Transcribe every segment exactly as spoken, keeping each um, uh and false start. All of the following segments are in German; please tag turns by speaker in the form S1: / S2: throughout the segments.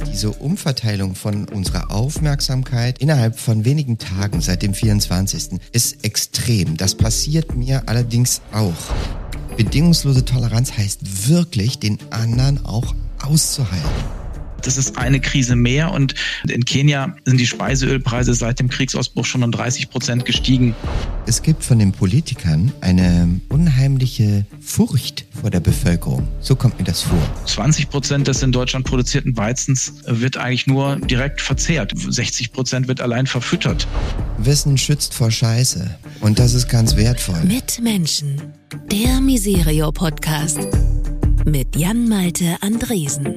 S1: Diese Umverteilung von unserer Aufmerksamkeit innerhalb von wenigen Tagen seit dem vierundzwanzigsten ist extrem. Das passiert mir allerdings auch. Bedingungslose Toleranz heißt wirklich, den anderen auch auszuhalten.
S2: Das ist eine Krise mehr und in Kenia sind die Speiseölpreise seit dem Kriegsausbruch schon um dreißig Prozent gestiegen.
S1: Es gibt von den Politikern eine unheimliche Furcht vor der Bevölkerung. So kommt mir das vor.
S2: zwanzig Prozent des in Deutschland produzierten Weizens wird eigentlich nur direkt verzehrt. sechzig Prozent wird allein verfüttert.
S1: Wissen schützt vor Scheiße und das ist ganz wertvoll.
S3: Mit Menschen, der Miserio-Podcast mit Jan-Malte Andresen.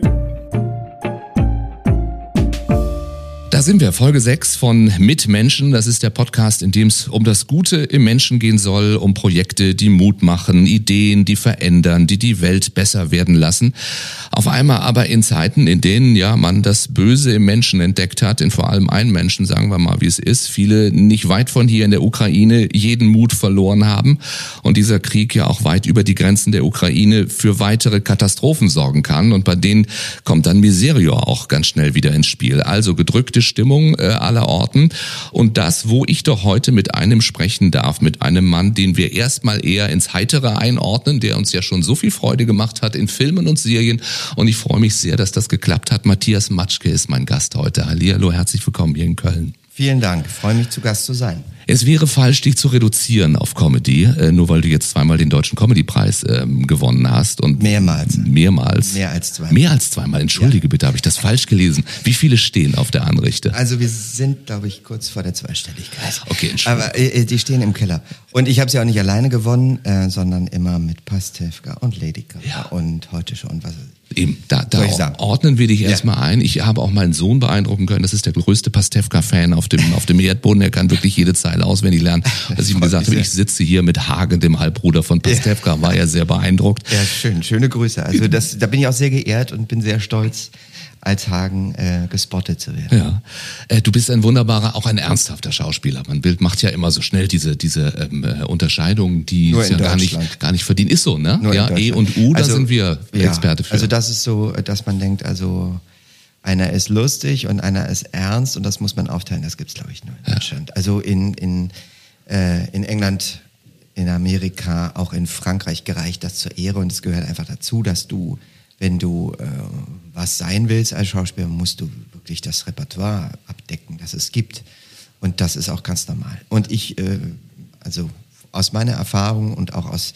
S4: Da sind wir, Folge sechs von Mitmenschen. Das ist der Podcast, in dem es um das Gute im Menschen gehen soll, um Projekte, die Mut machen, Ideen, die verändern, die die Welt besser werden lassen. Auf einmal aber in Zeiten, in denen ja man das Böse im Menschen entdeckt hat, in vor allem einen Menschen, sagen wir mal, wie es ist, viele nicht weit von hier in der Ukraine jeden Mut verloren haben und dieser Krieg ja auch weit über die Grenzen der Ukraine für weitere Katastrophen sorgen kann und bei denen kommt dann Miserio auch ganz schnell wieder ins Spiel. Also gedrückte Stimmung äh, aller Orten und das, wo ich doch heute mit einem sprechen darf, mit einem Mann, den wir erstmal eher ins Heitere einordnen, der uns ja schon so viel Freude gemacht hat in Filmen und Serien und ich freue mich sehr, dass das geklappt hat. Matthias Matschke ist mein Gast heute. Hallihallo, herzlich willkommen hier in Köln.
S1: Vielen Dank, ich freue mich, zu Gast zu sein.
S4: Es wäre falsch, dich zu reduzieren auf Comedy, äh, nur weil du jetzt zweimal den Deutschen Comedy-Preis ähm, gewonnen hast. Und
S1: Mehrmals.
S4: Mehrmals.
S1: Mehr als zweimal.
S4: Mehr als zweimal, entschuldige ja. bitte, habe ich das falsch gelesen. Wie viele stehen auf der Anrichte?
S1: Also wir sind, glaube ich, kurz vor der Zweistelligkeit.
S4: Okay, entschuldige.
S1: Aber äh, die stehen im Keller. Und ich habe sie auch nicht alleine gewonnen, äh, sondern immer mit Pastewka und Lady Gaga ja. und heute schon was.
S4: Eben, da, da ordnen wir dich ja. erstmal ein. Ich habe auch meinen Sohn beeindrucken können. Das ist der größte Pastewka-Fan auf dem, auf dem Erdboden. Er kann wirklich jede Zeile auswendig lernen. Als ich ihm gesagt habe, ich sitze hier mit Hagen, dem Halbbruder von Pastewka, war er sehr beeindruckt.
S1: Ja, schön. Schöne Grüße. Also das, da bin ich auch sehr geehrt und bin sehr stolz, als Hagen äh, gespottet zu werden.
S4: Ja, äh, du bist ein wunderbarer, auch ein ernsthafter Schauspieler. Man Bild macht ja immer so schnell diese diese ähm, Unterscheidung, die es ja gar nicht gar nicht verdient. Ist so, ne?
S1: Nur
S4: ja, E und U,
S1: also,
S4: da sind wir
S1: ja,
S4: Experte für.
S1: Also das ist so, dass man denkt, also einer ist lustig und einer ist ernst und das muss man aufteilen. Das gibt's, glaube ich, nur in Deutschland. Ja. Also in in äh, in England, in Amerika, auch in Frankreich gereicht das zur Ehre und es gehört einfach dazu, dass du, wenn du äh, was sein willst als Schauspieler, musst du wirklich das Repertoire abdecken, das es gibt. Und das ist auch ganz normal. Und ich, äh, also aus meiner Erfahrung und auch aus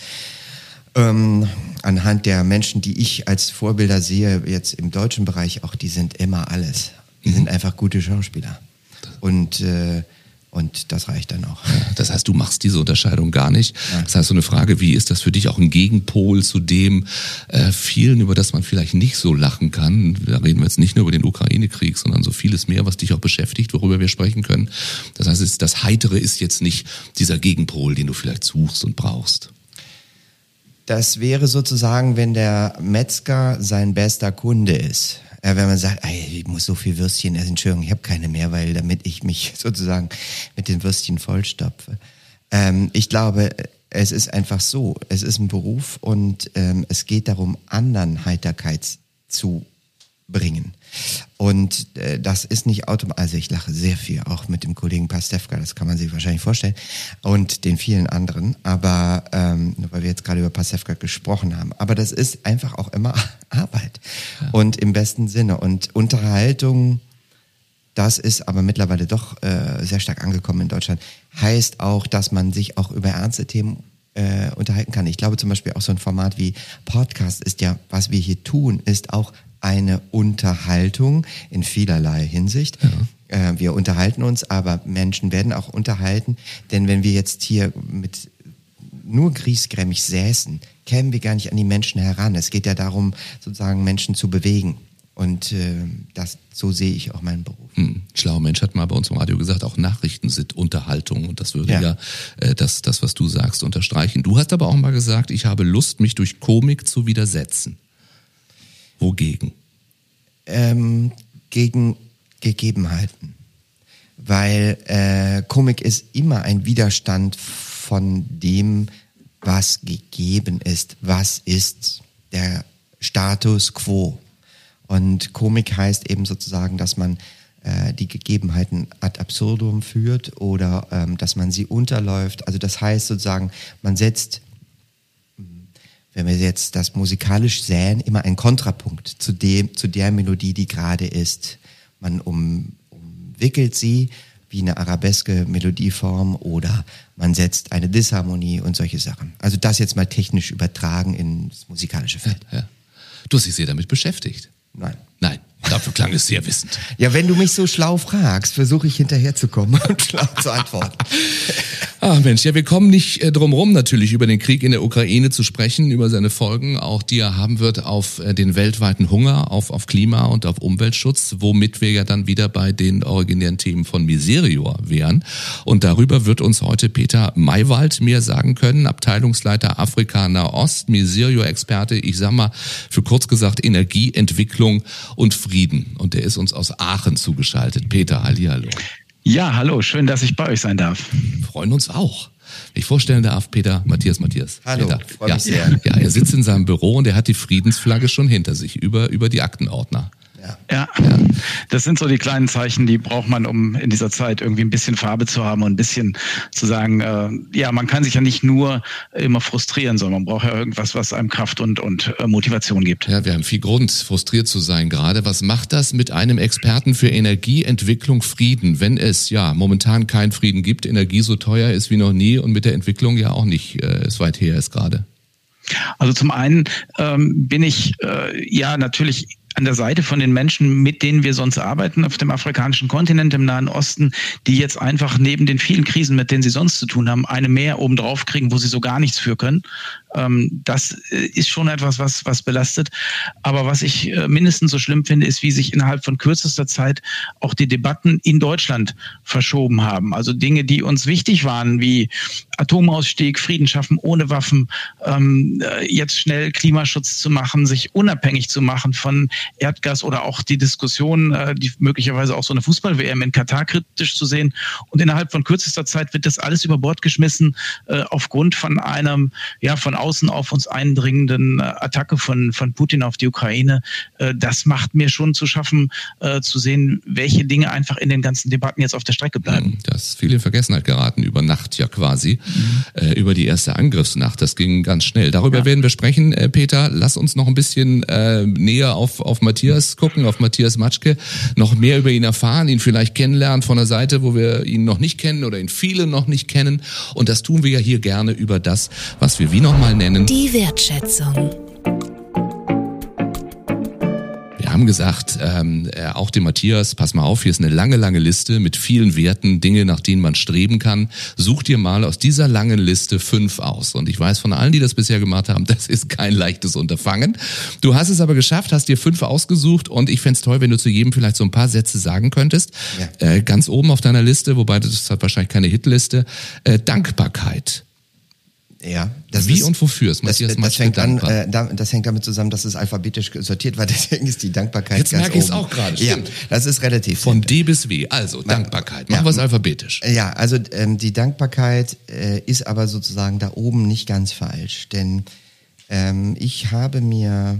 S1: ähm, anhand der Menschen, die ich als Vorbilder sehe, jetzt im deutschen Bereich auch, die sind immer alles. Die mhm. sind einfach gute Schauspieler. Und äh, Und das reicht dann auch.
S4: Das heißt, du machst diese Unterscheidung gar nicht. Ja. Das heißt, so eine Frage, wie ist das für dich auch ein Gegenpol zu dem äh, vielen, über das man vielleicht nicht so lachen kann? Da reden wir jetzt nicht nur über den Ukraine-Krieg, sondern so vieles mehr, was dich auch beschäftigt, worüber wir sprechen können. Das heißt, das Heitere ist jetzt nicht dieser Gegenpol, den du vielleicht suchst und brauchst.
S1: Das wäre sozusagen, wenn der Metzger sein bester Kunde ist. Wenn man sagt, ey, ich muss so viel Würstchen essen, Entschuldigung, ich habe keine mehr, weil damit ich mich sozusagen mit den Würstchen vollstopfe. Ähm, ich glaube, es ist einfach so, es ist ein Beruf und ähm, es geht darum, anderen Heiterkeit zu bringen. Und äh, das ist nicht automatisch, also ich lache sehr viel, auch mit dem Kollegen Pastewka, das kann man sich wahrscheinlich vorstellen, und den vielen anderen, aber ähm, nur weil wir jetzt gerade über Pastewka gesprochen haben, aber das ist einfach auch immer Arbeit ja. und im besten Sinne und Unterhaltung, das ist aber mittlerweile doch äh, sehr stark angekommen in Deutschland, heißt auch, dass man sich auch über ernste Themen äh, unterhalten kann. Ich glaube zum Beispiel auch so ein Format wie Podcast ist ja, was wir hier tun, ist auch eine Unterhaltung in vielerlei Hinsicht. Ja. Äh, wir unterhalten uns, aber Menschen werden auch unterhalten, denn wenn wir jetzt hier mit nur griesgrämig säßen, kämen wir gar nicht an die Menschen heran. Es geht ja darum, sozusagen Menschen zu bewegen. Und äh, das, so sehe ich auch meinen Beruf.
S4: Hm. Schlauer Mensch hat mal bei uns im Radio gesagt, auch Nachrichten sind Unterhaltung. Und das würde ja, ja äh, das, das, was du sagst, unterstreichen. Du hast aber auch mal gesagt, ich habe Lust, mich durch Komik zu widersetzen. Wogegen?
S1: Ähm, gegen Gegebenheiten. Weil äh, Komik ist immer ein Widerstand von dem, was gegeben ist. Was ist der Status quo? Und Komik heißt eben sozusagen, dass man äh, die Gegebenheiten ad absurdum führt oder ähm, dass man sie unterläuft. Also das heißt sozusagen, man setzt, wenn wir jetzt das musikalisch sähen, immer einen Kontrapunkt zu dem, zu der Melodie, die gerade ist. Man um, umwickelt sie wie eine arabeske Melodieform oder man setzt eine Disharmonie und solche Sachen. Also das jetzt mal technisch übertragen ins musikalische Feld.
S4: Ja, ja. Du hast dich sehr damit beschäftigt.
S1: Nein.
S4: Nein, dafür klang es sehr wissend.
S1: Ja, wenn du mich so schlau fragst, versuche ich hinterherzukommen und schlau zu antworten.
S4: Ah Mensch, ja, wir kommen nicht äh, drum rum, natürlich über den Krieg in der Ukraine zu sprechen, über seine Folgen, auch die er haben wird auf äh, den weltweiten Hunger, auf, auf Klima und auf Umweltschutz, womit wir ja dann wieder bei den originären Themen von Miserior wären. Und darüber wird uns heute Peter Maywald mehr sagen können, Abteilungsleiter Afrika Nahost, Miserior-Experte, ich sag mal, für kurz gesagt Energieentwicklung und Frieden. Und der ist uns aus Aachen zugeschaltet. Peter, hallihallo.
S2: Ja, hallo, schön, dass ich bei euch sein darf.
S4: Wir freuen uns auch. Wenn ich vorstellen darf, Peter, Matthias, Matthias.
S1: Hallo,
S4: Peter.
S1: freue
S4: ja,
S1: mich sehr.
S4: Ja, er sitzt in seinem Büro und er hat die Friedensflagge schon hinter sich, über, über die Aktenordner.
S2: Ja. ja, das sind so die kleinen Zeichen, die braucht man, um in dieser Zeit irgendwie ein bisschen Farbe zu haben und ein bisschen zu sagen, äh, ja, man kann sich ja nicht nur immer frustrieren, sondern man braucht ja irgendwas, was einem Kraft und, und äh, Motivation gibt.
S4: Ja, wir haben viel Grund, frustriert zu sein gerade. Was macht das mit einem Experten für Energieentwicklung, Frieden, wenn es ja momentan keinen Frieden gibt, Energie so teuer ist wie noch nie und mit der Entwicklung ja auch nicht äh, es weit her ist gerade?
S2: Also zum einen ähm, bin ich äh, ja natürlich an der Seite von den Menschen, mit denen wir sonst arbeiten auf dem afrikanischen Kontinent, im Nahen Osten, die jetzt einfach neben den vielen Krisen, mit denen sie sonst zu tun haben, eine mehr obendrauf kriegen, wo sie so gar nichts für können. Ähm, das ist schon etwas, was, was belastet. Aber was ich äh, mindestens so schlimm finde, ist, wie sich innerhalb von kürzester Zeit auch die Debatten in Deutschland verschoben haben. Also Dinge, die uns wichtig waren, wie Atomausstieg, Frieden schaffen ohne Waffen, ähm, jetzt schnell Klimaschutz zu machen, sich unabhängig zu machen von Erdgas oder auch die Diskussion, äh, die möglicherweise auch so eine Fußball-W M in Katar kritisch zu sehen. Und innerhalb von kürzester Zeit wird das alles über Bord geschmissen äh, aufgrund von einem, ja, von außen auf uns eindringenden äh, Attacke von, von Putin auf die Ukraine. Äh, das macht mir schon zu schaffen, äh, zu sehen, welche Dinge einfach in den ganzen Debatten jetzt auf der Strecke bleiben.
S4: Das ist viel in Vergessenheit geraten, über Nacht ja quasi, mhm. äh, über die erste Angriffsnacht. Das ging ganz schnell. Darüber ja. werden wir sprechen, äh, Peter. Lass uns noch ein bisschen äh, näher auf, auf Matthias gucken, auf Matthias Matschke, noch mehr über ihn erfahren, ihn vielleicht kennenlernen von der Seite, wo wir ihn noch nicht kennen oder ihn viele noch nicht kennen. Und das tun wir ja hier gerne über das, was wir wie nochmal nennen.
S3: Die Wertschätzung.
S4: Wir haben gesagt, ähm, auch dem Matthias, pass mal auf, hier ist eine lange, lange Liste mit vielen Werten, Dinge, nach denen man streben kann. Such dir mal aus dieser langen Liste fünf aus. Und ich weiß von allen, die das bisher gemacht haben, das ist kein leichtes Unterfangen. Du hast es aber geschafft, hast dir fünf ausgesucht und ich fänd's toll, wenn du zu jedem vielleicht so ein paar Sätze sagen könntest. Ja. Äh, ganz oben auf deiner Liste, wobei das hat wahrscheinlich keine Hitliste, äh, Dankbarkeit.
S1: Ja, das
S4: Wie
S1: ist,
S4: und wofür ist Matthias
S1: das, das fängt an,
S4: dankbar?
S1: äh, da, das hängt damit zusammen, dass es alphabetisch sortiert war, deswegen ist die Dankbarkeit
S4: Jetzt
S1: ganz
S4: merke ich es
S1: oben.
S4: auch gerade,
S1: ja,
S4: stimmt.
S1: Das ist relativ
S4: Von
S1: simpel.
S4: D bis W, also
S1: Man,
S4: Dankbarkeit. Machen
S1: ja,
S4: wir es alphabetisch.
S1: Ja, also ähm, die Dankbarkeit äh, ist aber sozusagen da oben nicht ganz falsch, denn ähm, ich habe mir,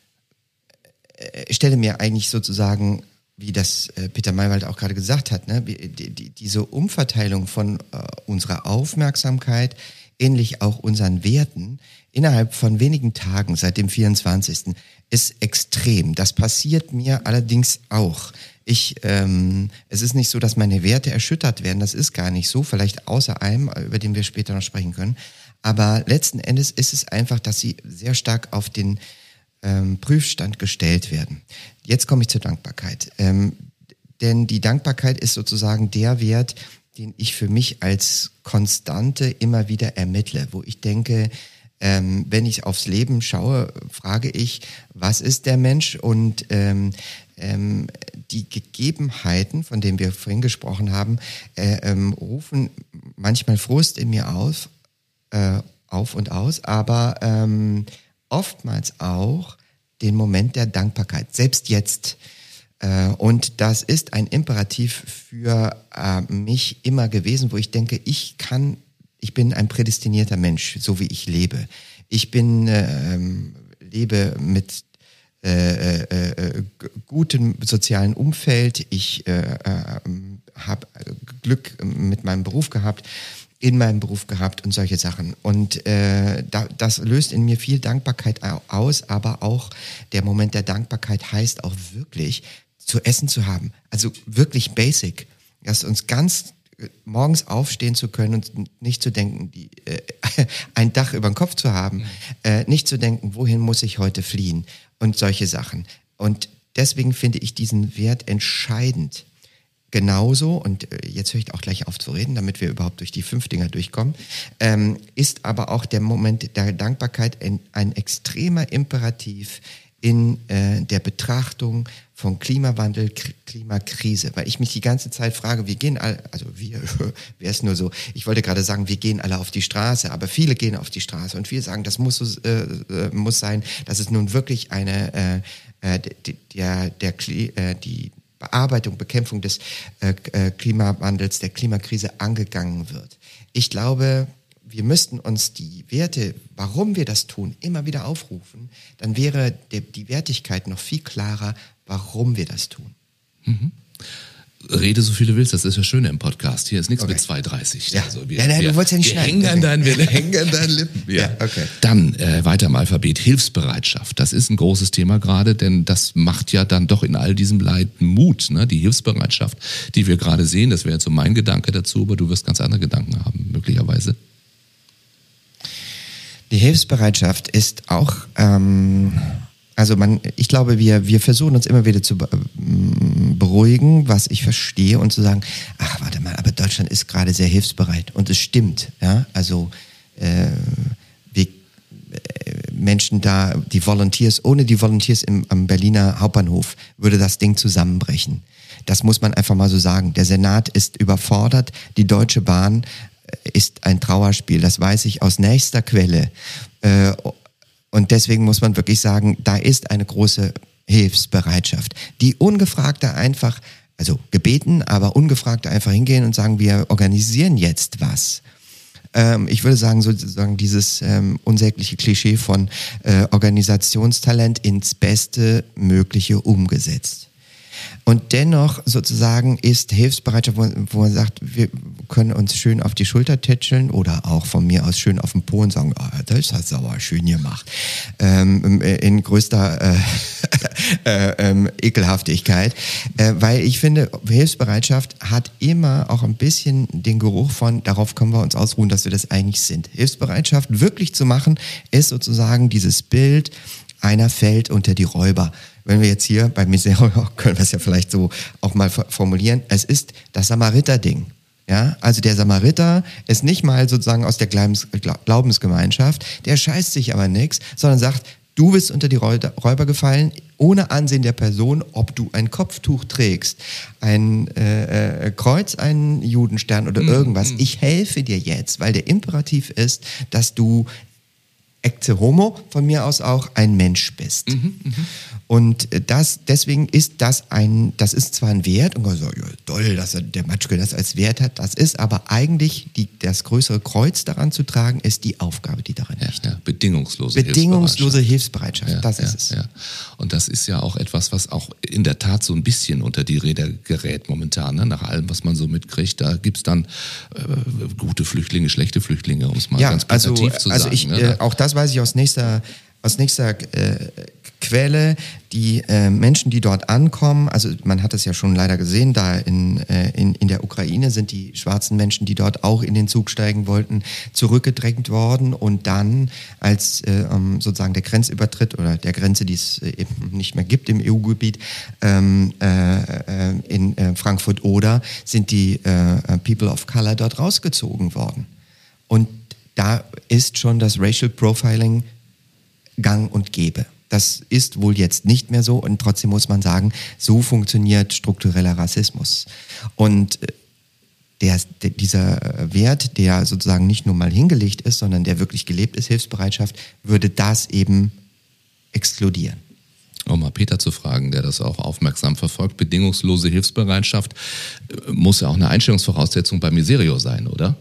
S1: äh, stelle mir eigentlich sozusagen, wie das äh, Peter Maywald auch gerade gesagt hat, ne, die, die, diese Umverteilung von äh, unserer Aufmerksamkeit, ähnlich auch unseren Werten, innerhalb von wenigen Tagen seit dem vierundzwanzigsten ist extrem. Das passiert mir allerdings auch. Ich, ähm, es ist nicht so, dass meine Werte erschüttert werden, das ist gar nicht so, vielleicht außer einem, über den wir später noch sprechen können. Aber letzten Endes ist es einfach, dass sie sehr stark auf den ähm, Prüfstand gestellt werden. Jetzt komme ich zur Dankbarkeit. Ähm, denn die Dankbarkeit ist sozusagen der Wert, den ich für mich als Konstante immer wieder ermittle, wo ich denke, ähm, wenn ich aufs Leben schaue, frage ich, was ist der Mensch? Und ähm, ähm, die Gegebenheiten, von denen wir vorhin gesprochen haben, äh, ähm, rufen manchmal Frust in mir auf, äh, auf und aus, aber ähm, oftmals auch den Moment der Dankbarkeit, selbst jetzt. Und das ist ein Imperativ für äh, mich immer gewesen, wo ich denke, ich kann, ich bin ein prädestinierter Mensch, so wie ich lebe. Ich bin, äh, lebe mit äh, äh, guten sozialen Umfeld. Ich äh, äh, habe Glück mit meinem Beruf gehabt, in meinem Beruf gehabt und solche Sachen. Und äh, da, das löst in mir viel Dankbarkeit aus, aber auch der Moment der Dankbarkeit heißt auch wirklich, zu essen zu haben. Also wirklich basic. Dass uns ganz morgens aufstehen zu können und nicht zu denken, die, äh, ein Dach über dem Kopf zu haben, äh, nicht zu denken, wohin muss ich heute fliehen und solche Sachen. Und deswegen finde ich diesen Wert entscheidend. Genauso, und jetzt höre ich auch gleich auf zu reden, damit wir überhaupt durch die fünf Dinger durchkommen, ähm, ist aber auch der Moment der Dankbarkeit ein, ein extremer Imperativ in äh, der Betrachtung von Klimawandel, K- Klimakrise, weil ich mich die ganze Zeit frage, wir gehen alle, also wir, wer ist nur so, ich wollte gerade sagen, wir gehen alle auf die Straße, aber viele gehen auf die Straße und wir sagen, das muss, so, äh, muss sein, dass es nun wirklich eine, äh, äh, der, der, der, äh, die Bearbeitung, Bekämpfung des äh, Klimawandels, der Klimakrise angegangen wird. Ich glaube, wir müssten uns die Werte, warum wir das tun, immer wieder aufrufen, dann wäre der, die Wertigkeit noch viel klarer, warum wir das tun.
S4: Mhm. Rede so viel du willst, das ist ja schön im Podcast. Hier ist nichts
S1: okay.
S4: mit zwei dreißig.
S1: Ja.
S4: Also wir,
S1: ja, nein,
S4: wir,
S1: du wolltest ja nicht
S4: wir
S1: schneiden.
S4: hängen an deinen, wir hängen an deinen Lippen. Ja.
S1: Ja, okay.
S4: Dann äh, weiter im Alphabet. Hilfsbereitschaft. Das ist ein großes Thema gerade, denn das macht ja dann doch in all diesem Leid Mut. Ne? Die Hilfsbereitschaft, die wir gerade sehen, das wäre jetzt so mein Gedanke dazu, aber du wirst ganz andere Gedanken haben, möglicherweise.
S1: Die Hilfsbereitschaft ist auch, ähm, also man, ich glaube, wir, wir versuchen uns immer wieder zu beruhigen, was ich verstehe, und zu sagen, ach, warte mal, aber Deutschland ist gerade sehr hilfsbereit. Und es stimmt, ja, also äh, wir, äh, Menschen da, die Volunteers, ohne die Volunteers im, am Berliner Hauptbahnhof würde das Ding zusammenbrechen. Das muss man einfach mal so sagen. Der Senat ist überfordert, die Deutsche Bahn ist ein Trauerspiel, das weiß ich aus nächster Quelle. Äh, und deswegen muss man wirklich sagen, da ist eine große Hilfsbereitschaft. Die Ungefragte einfach, also gebeten, aber Ungefragte einfach hingehen und sagen, wir organisieren jetzt was. Ähm, ich würde sagen, sozusagen dieses ähm, unsägliche Klischee von äh, Organisationstalent ins Beste Mögliche umgesetzt. Und dennoch sozusagen ist Hilfsbereitschaft, wo, wo man sagt, wir können uns schön auf die Schulter tätscheln oder auch von mir aus schön auf den Po und sagen, oh, das hast du aber schön gemacht. Ähm, in größter äh, äh, ähm, Ekelhaftigkeit. Äh, weil ich finde, Hilfsbereitschaft hat immer auch ein bisschen den Geruch von, darauf können wir uns ausruhen, dass wir das eigentlich sind. Hilfsbereitschaft wirklich zu machen, ist sozusagen dieses Bild, einer fällt unter die Räuber. Wenn wir jetzt hier bei Miserio, können wir es ja vielleicht so auch mal formulieren, es ist das Samariter-Ding. Ja, also der Samariter ist nicht mal sozusagen aus der Glaubens- Glaubensgemeinschaft, der scheißt sich aber nichts, sondern sagt, du bist unter die Räuber gefallen, ohne Ansehen der Person, ob du ein Kopftuch trägst, ein äh, äh, Kreuz, einen Judenstern oder irgendwas. Ich helfe dir jetzt, weil der Imperativ ist, dass du ecce homo, von mir aus auch, ein Mensch bist. Mhm, und das, deswegen ist das ein, das ist zwar ein Wert, und man sagt, ja, toll, dass er, der Matschke das als Wert hat, das ist aber eigentlich die, das größere Kreuz daran zu tragen, ist die Aufgabe, die darin liegt.
S4: Ja, ja, bedingungslose,
S1: bedingungslose Hilfsbereitschaft,
S4: ja,
S1: das
S4: ja,
S1: ist es.
S4: Ja. Und das ist ja auch etwas, was auch in der Tat so ein bisschen unter die Räder gerät momentan, ne? Nach allem, was man so mitkriegt. Da gibt's dann äh, gute Flüchtlinge, schlechte Flüchtlinge, um es mal
S1: ja,
S4: ganz plakativ
S1: also,
S4: zu
S1: also
S4: sagen.
S1: Ich,
S4: ne?
S1: äh, auch das weiß ich aus nächster, aus nächster äh, Quelle, die äh, Menschen, die dort ankommen, also man hat es ja schon leider gesehen, da in, äh, in, in der Ukraine sind die schwarzen Menschen, die dort auch in den Zug steigen wollten, zurückgedrängt worden, und dann als äh, sozusagen der Grenzübertritt oder der Grenze, die es eben nicht mehr gibt im E U-Gebiet, ähm, äh, in äh, Frankfurt-Oder, sind die äh, People of Color dort rausgezogen worden. Und da ist schon das Racial Profiling gang und gäbe. Das ist wohl jetzt nicht mehr so, und trotzdem muss man sagen, so funktioniert struktureller Rassismus. Und der, der, dieser Wert, der sozusagen nicht nur mal hingelegt ist, sondern der wirklich gelebt ist, Hilfsbereitschaft, würde das eben exkludieren.
S4: Um mal Peter zu fragen, der das auch aufmerksam verfolgt, bedingungslose Hilfsbereitschaft muss ja auch eine Einstellungsvoraussetzung bei Miserio sein, oder?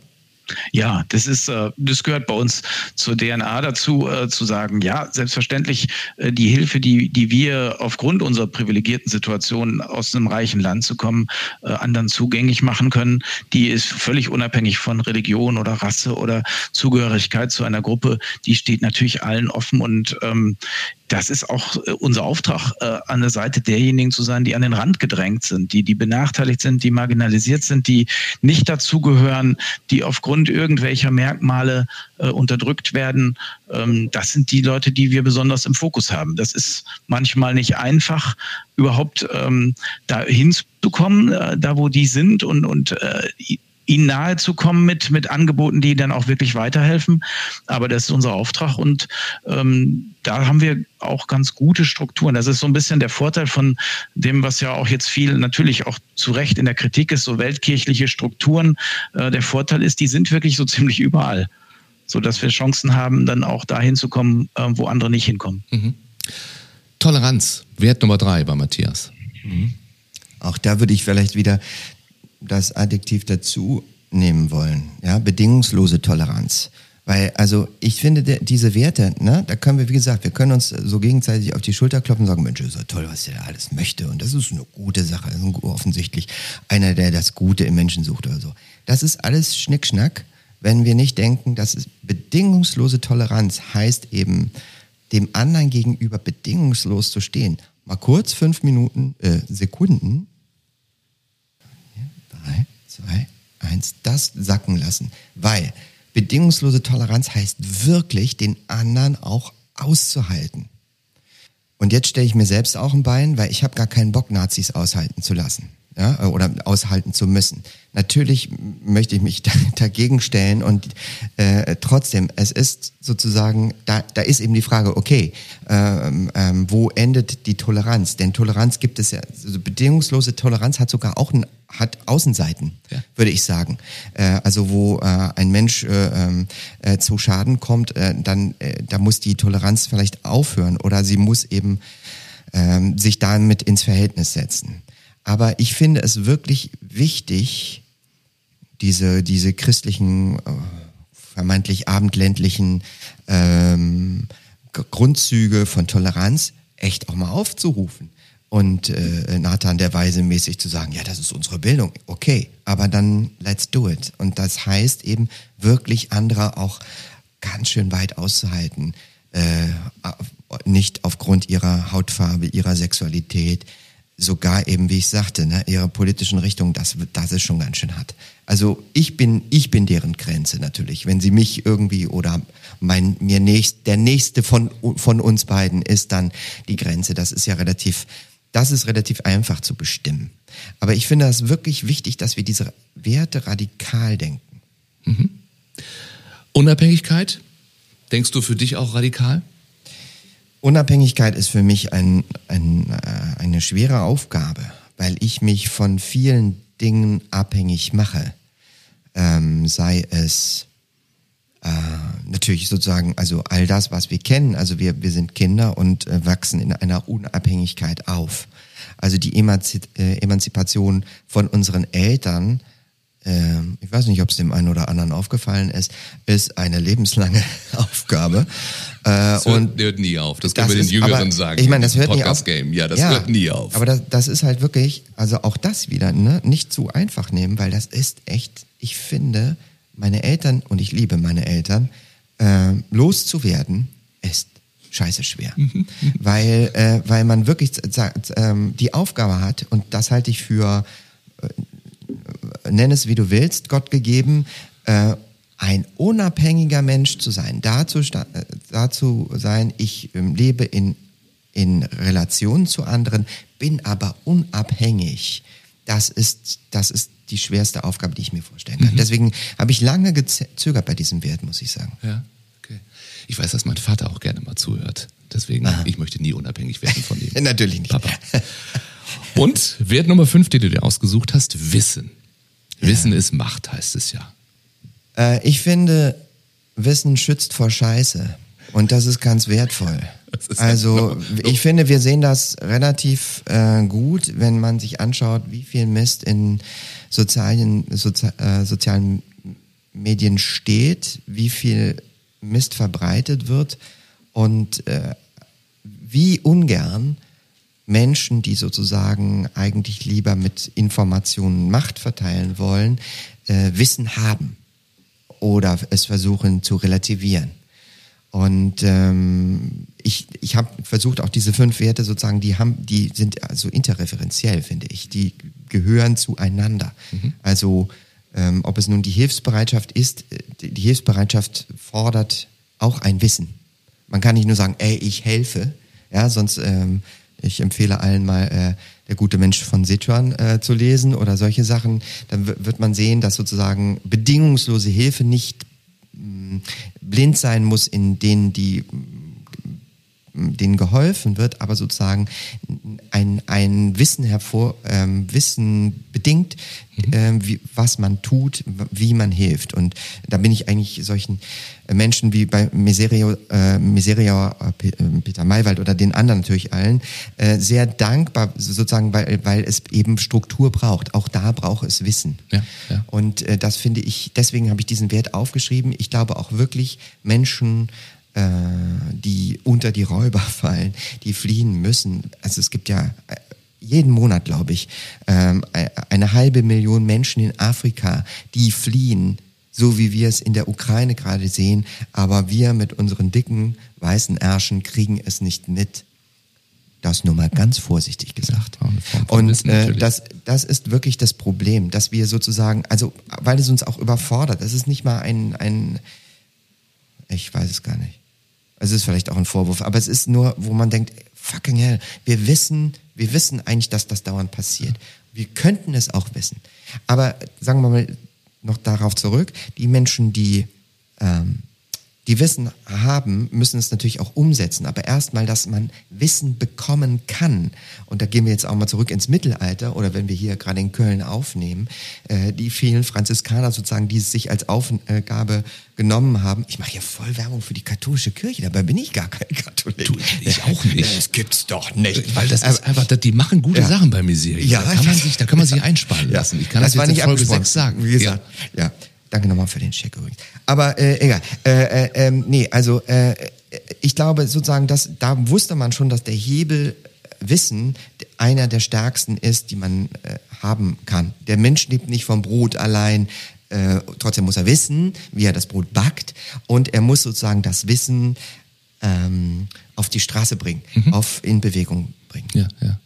S2: Ja, das ist, das gehört bei uns zur D N A dazu, zu sagen, ja, selbstverständlich die Hilfe, die, die wir aufgrund unserer privilegierten Situation aus einem reichen Land zu kommen, anderen zugänglich machen können, die ist völlig unabhängig von Religion oder Rasse oder Zugehörigkeit zu einer Gruppe, die steht natürlich allen offen und ähm, das ist auch unser Auftrag, äh, an der Seite derjenigen zu sein, die an den Rand gedrängt sind, die, die benachteiligt sind, die marginalisiert sind, die nicht dazugehören, die aufgrund irgendwelcher Merkmale äh, unterdrückt werden. Ähm, das sind die Leute, die wir besonders im Fokus haben. Das ist manchmal nicht einfach, überhaupt ähm, da hinzukommen, äh, da wo die sind und, und äh, ihnen nahe zu kommen mit, mit Angeboten, die dann auch wirklich weiterhelfen. Aber das ist unser Auftrag und ähm, da haben wir auch ganz gute Strukturen. Das ist so ein bisschen der Vorteil von dem, was ja auch jetzt viel natürlich auch zu Recht in der Kritik ist, so weltkirchliche Strukturen. Äh, der Vorteil ist, die sind wirklich so ziemlich überall, sodass wir Chancen haben, dann auch dahin zu kommen, äh, wo andere nicht hinkommen.
S4: Mhm. Toleranz, Wert Nummer drei bei Matthias.
S1: Mhm. Auch da würde ich vielleicht wieder das Adjektiv dazu nehmen wollen, ja, bedingungslose Toleranz. Weil, also ich finde, der, diese Werte, ne, da können wir, wie gesagt, wir können uns so gegenseitig auf die Schulter klopfen und sagen, Mensch, das ist ja toll, was der alles möchte und das ist eine gute Sache, das ist offensichtlich einer, der das Gute im Menschen sucht oder so. Das ist alles Schnickschnack, wenn wir nicht denken, dass es bedingungslose Toleranz heißt eben, dem anderen gegenüber bedingungslos zu stehen. Mal kurz fünf Minuten, äh, Sekunden, drei, zwei, eins, das sacken lassen, weil bedingungslose Toleranz heißt wirklich, den anderen auch auszuhalten. Und jetzt stelle ich mir selbst auch ein Bein, weil ich habe gar keinen Bock, Nazis aushalten zu lassen, ja, oder aushalten zu müssen. Natürlich möchte ich mich da, dagegen stellen und äh, trotzdem, es ist sozusagen, da, da ist eben die Frage, okay, ähm, ähm, wo endet die Toleranz? Denn Toleranz gibt es ja, also bedingungslose Toleranz hat sogar auch ein, hat Außenseiten, ja, würde ich sagen. Äh, also wo äh, ein Mensch äh, äh, zu Schaden kommt, äh, dann äh, da muss die Toleranz vielleicht aufhören oder sie muss eben äh, sich damit ins Verhältnis setzen. Aber ich finde es wirklich wichtig, diese diese christlichen, äh, vermeintlich abendländlichen ähm, G- Grundzüge von Toleranz echt auch mal aufzurufen. Und äh, Nathan der Weise mäßig zu sagen, ja, das ist unsere Bildung, okay, aber dann let's do it. Und das heißt eben wirklich andere auch ganz schön weit auszuhalten, äh, nicht aufgrund ihrer Hautfarbe, ihrer Sexualität, sogar eben, wie ich sagte, ne, ihrer politischen Richtung, das, das ist schon ganz schön hart. Also ich bin, ich bin deren Grenze natürlich. Wenn sie mich irgendwie oder mein, mir nächst, der nächste von, von uns beiden ist dann die Grenze. Das ist ja relativ, das ist relativ einfach zu bestimmen. Aber ich finde es wirklich wichtig, dass wir diese Werte radikal denken.
S4: Mhm. Unabhängigkeit, denkst du für dich auch radikal?
S1: Unabhängigkeit ist für mich ein, ein, äh, eine schwere Aufgabe, weil ich mich von vielen Dingen abhängig mache. Ähm, sei es äh, natürlich sozusagen, also all das, was wir kennen, also wir, wir sind Kinder und äh, wachsen in einer Unabhängigkeit auf. Also die Emanzi- äh, Emanzipation von unseren Eltern, äh, ich weiß nicht, ob es dem einen oder anderen aufgefallen ist, ist eine lebenslange Aufgabe.
S4: Das hört, hört nie auf. Das können wir den Jüngeren sagen.
S1: Ich meine, das hört nie auf.
S4: Podcast-Game. Ja, das ja, hört nie auf.
S1: Aber das, das ist halt wirklich, also auch das wieder, ne, nicht zu einfach nehmen, weil das ist echt, ich finde, meine Eltern, und ich liebe meine Eltern, äh, loszuwerden, ist scheiße schwer. weil, äh, weil man wirklich äh, die Aufgabe hat, und das halte ich für, äh, nenn es wie du willst, Gott gegeben, äh, ein unabhängiger Mensch zu sein, dazu, dazu sein, ich ähm, lebe in, in Relation zu anderen, bin aber unabhängig. Das ist, das ist die schwerste Aufgabe, die ich mir vorstellen kann. Mhm. Deswegen habe ich lange gezögert bei diesem Wert, muss ich sagen.
S4: Ja, okay. Ich weiß, dass mein Vater auch gerne mal zuhört. Deswegen, Aha. ich möchte nie unabhängig werden von ihm.
S1: Natürlich nicht.
S4: Papa. Und Wert Nummer fünf, den du dir ausgesucht hast, Wissen. Ja. Wissen ist Macht, heißt es ja.
S1: Ich finde, Wissen schützt vor Scheiße und das ist ganz wertvoll. Ist also no, no. ich finde, wir sehen das relativ äh, gut, wenn man sich anschaut, wie viel Mist in sozialen, sozi- äh, sozialen Medien steht, wie viel Mist verbreitet wird und äh, wie ungern Menschen, die sozusagen eigentlich lieber mit Informationen Macht verteilen wollen, äh, Wissen haben oder es versuchen zu relativieren. Und ähm, ich, ich habe versucht, auch diese fünf Werte sozusagen, die haben, die sind also interreferenziell, finde ich. Die gehören zueinander. Mhm. Also ähm, ob es nun die Hilfsbereitschaft ist, die, die Hilfsbereitschaft fordert auch ein Wissen. Man kann nicht nur sagen, ey, ich helfe, ja, sonst ähm, ich empfehle allen mal äh, Der gute Mensch von Sichuan äh, zu lesen oder solche Sachen. Dann w- wird man sehen, dass sozusagen bedingungslose Hilfe nicht mh, blind sein muss, in denen die denen geholfen wird, aber sozusagen ein, ein Wissen hervor, ähm, Wissen bedingt, mhm. ähm, wie, was man tut, wie man hilft. Und da bin ich eigentlich solchen Menschen wie bei Miserio, äh, Miserio äh, Peter Maywald oder den anderen natürlich allen, äh, sehr dankbar, sozusagen, weil, weil es eben Struktur braucht. Auch da braucht es Wissen. Ja, ja. Und äh, das finde ich, deswegen habe ich diesen Wert aufgeschrieben. Ich glaube auch wirklich, Menschen, die unter die Räuber fallen, die fliehen müssen. Also es gibt ja jeden Monat, glaube ich, eine halbe Million Menschen in Afrika, die fliehen, so wie wir es in der Ukraine gerade sehen. Aber wir mit unseren dicken, weißen Ärschen kriegen es nicht mit. Das nur mal ganz vorsichtig gesagt. Ja, und äh, das, das ist wirklich das Problem, dass wir sozusagen, also weil es uns auch überfordert, das ist nicht mal ein, ein ich weiß es gar nicht. Es ist vielleicht auch ein Vorwurf, aber es ist nur, wo man denkt, fucking hell, wir wissen, wir wissen eigentlich, dass das dauernd passiert. Wir könnten es auch wissen. Aber sagen wir mal noch darauf zurück, die Menschen, die ähm, die Wissen haben, müssen es natürlich auch umsetzen. Aber erstmal, dass man Wissen bekommen kann. Und da gehen wir jetzt auch mal zurück ins Mittelalter oder wenn wir hier gerade in Köln aufnehmen, äh, die vielen Franziskaner sozusagen, die es sich als Aufgabe genommen haben. Ich mache hier voll Werbung für die katholische Kirche, dabei bin ich gar kein Katholik.
S4: Du, ich auch nicht.
S1: Das gibt's doch nicht.
S4: Weil das ist einfach, die machen gute ja. Sachen bei Miserio. Ja, da kann man sich, da kann man sich einsparen ja. lassen. Ich kann das, das jetzt in Folge sechs sagen.
S1: Wie gesagt, ja. ja. Danke nochmal für den Check übrigens. Aber äh, egal. Äh, äh, äh, nee, also äh, ich glaube sozusagen, dass da wusste man schon, dass der Hebel Wissen einer der stärksten ist, die man äh, haben kann. Der Mensch lebt nicht vom Brot allein. Äh, trotzdem muss er wissen, wie er das Brot backt. Und er muss sozusagen das Wissen ähm, auf die Straße bringen, mhm. auf in Bewegung bringen.
S4: Ja, ja.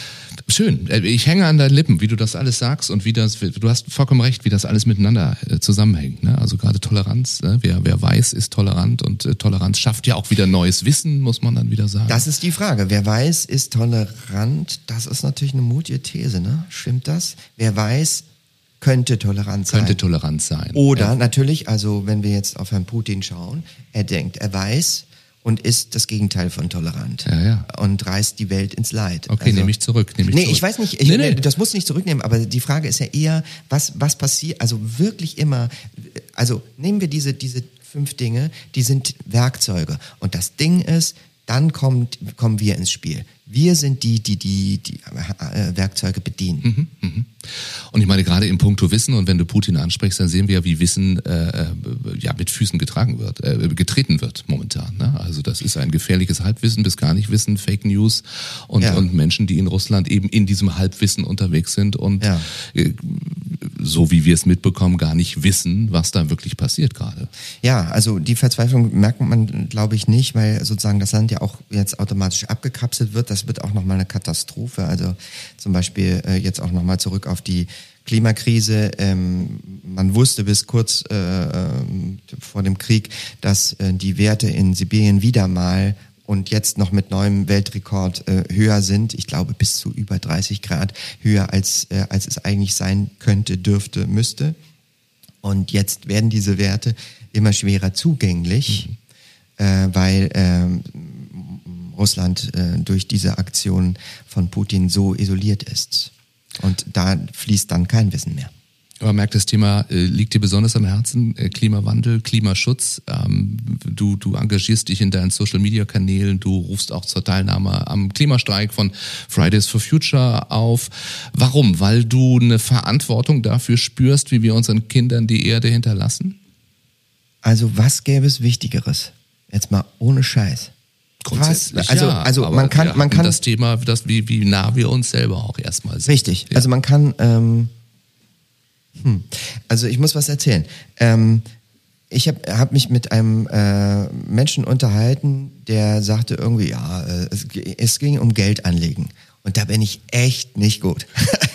S4: Schön. Ich hänge an deinen Lippen, wie du das alles sagst und wie das, du hast vollkommen recht, wie das alles miteinander zusammenhängt. Ne? Also gerade Toleranz, ne? wer, wer weiß, ist tolerant und äh, Toleranz schafft ja auch wieder neues Wissen, muss man dann wieder sagen.
S1: Das ist die Frage. Wer weiß, ist tolerant. Das ist natürlich eine mutige These, ne? Stimmt das? Wer weiß, könnte tolerant sein.
S4: Könnte tolerant sein.
S1: Oder
S4: ja.
S1: natürlich, also wenn wir jetzt auf Herrn Putin schauen, er denkt, er weiß, und ist das Gegenteil von tolerant.
S4: Ja, ja.
S1: Und reißt die Welt ins Leid.
S4: Okay, also, nehme ich zurück. Nehm ich
S1: nee,
S4: zurück.
S1: ich weiß nicht, ich, nee, nee. das muss nicht zurücknehmen, aber die Frage ist ja eher, was, was passiert, also wirklich immer, also nehmen wir diese, diese fünf Dinge, die sind Werkzeuge. Und das Ding ist, dann kommt, kommen wir ins Spiel. Wir sind die, die die, die äh, Werkzeuge bedienen.
S4: Mhm, mhm. Und ich meine, gerade im Punkto Wissen, und wenn du Putin ansprichst, dann sehen wir ja, wie Wissen äh, ja mit Füßen getragen wird, äh, getreten wird momentan. Ne? Also das ist ein gefährliches Halbwissen bis gar nicht Wissen, Fake News und, ja. und Menschen, die in Russland eben in diesem Halbwissen unterwegs sind und ja. äh, so wie wir es mitbekommen, gar nicht wissen, was da wirklich passiert gerade.
S1: Ja, also die Verzweiflung merkt man, glaube ich, nicht, weil sozusagen das Land ja auch jetzt automatisch abgekapselt wird. Das wird auch nochmal eine Katastrophe. Also zum Beispiel äh, jetzt auch nochmal zurück auf die Klimakrise. Ähm, man wusste bis kurz äh, vor dem Krieg, dass äh, die Werte in Sibirien wieder mal und jetzt noch mit neuem Weltrekord äh, höher sind. Ich glaube bis zu über dreißig Grad höher, als, äh, als es eigentlich sein könnte, dürfte, müsste. Und jetzt werden diese Werte immer schwerer zugänglich, mhm. äh, weil äh, Russland äh, durch diese Aktion von Putin so isoliert ist. Und da fließt dann kein Wissen mehr.
S4: Aber man merkt, das Thema äh, liegt dir besonders am Herzen, äh, Klimawandel, Klimaschutz. Ähm, du, du engagierst dich in deinen Social-Media-Kanälen, du rufst auch zur Teilnahme am Klimastreik von Fridays for Future auf. Warum? Weil du eine Verantwortung dafür spürst, wie wir unseren Kindern die Erde hinterlassen?
S1: Also was gäbe es Wichtigeres? Jetzt mal ohne Scheiß.
S4: Grundsätzlich,
S1: Was? Also,
S4: ja,
S1: also
S4: aber
S1: man kann,
S4: wir
S1: man
S4: hatten
S1: kann
S4: das Thema, das, wie, wie nah wir uns selber auch erstmal sind.
S1: Richtig.
S4: Ja.
S1: Also man kann, ähm, hm, also ich muss was erzählen. Ähm, ich habe hab mich mit einem äh, Menschen unterhalten, der sagte irgendwie, ja, äh, es, es ging um Geld anlegen. Und da bin ich echt nicht gut.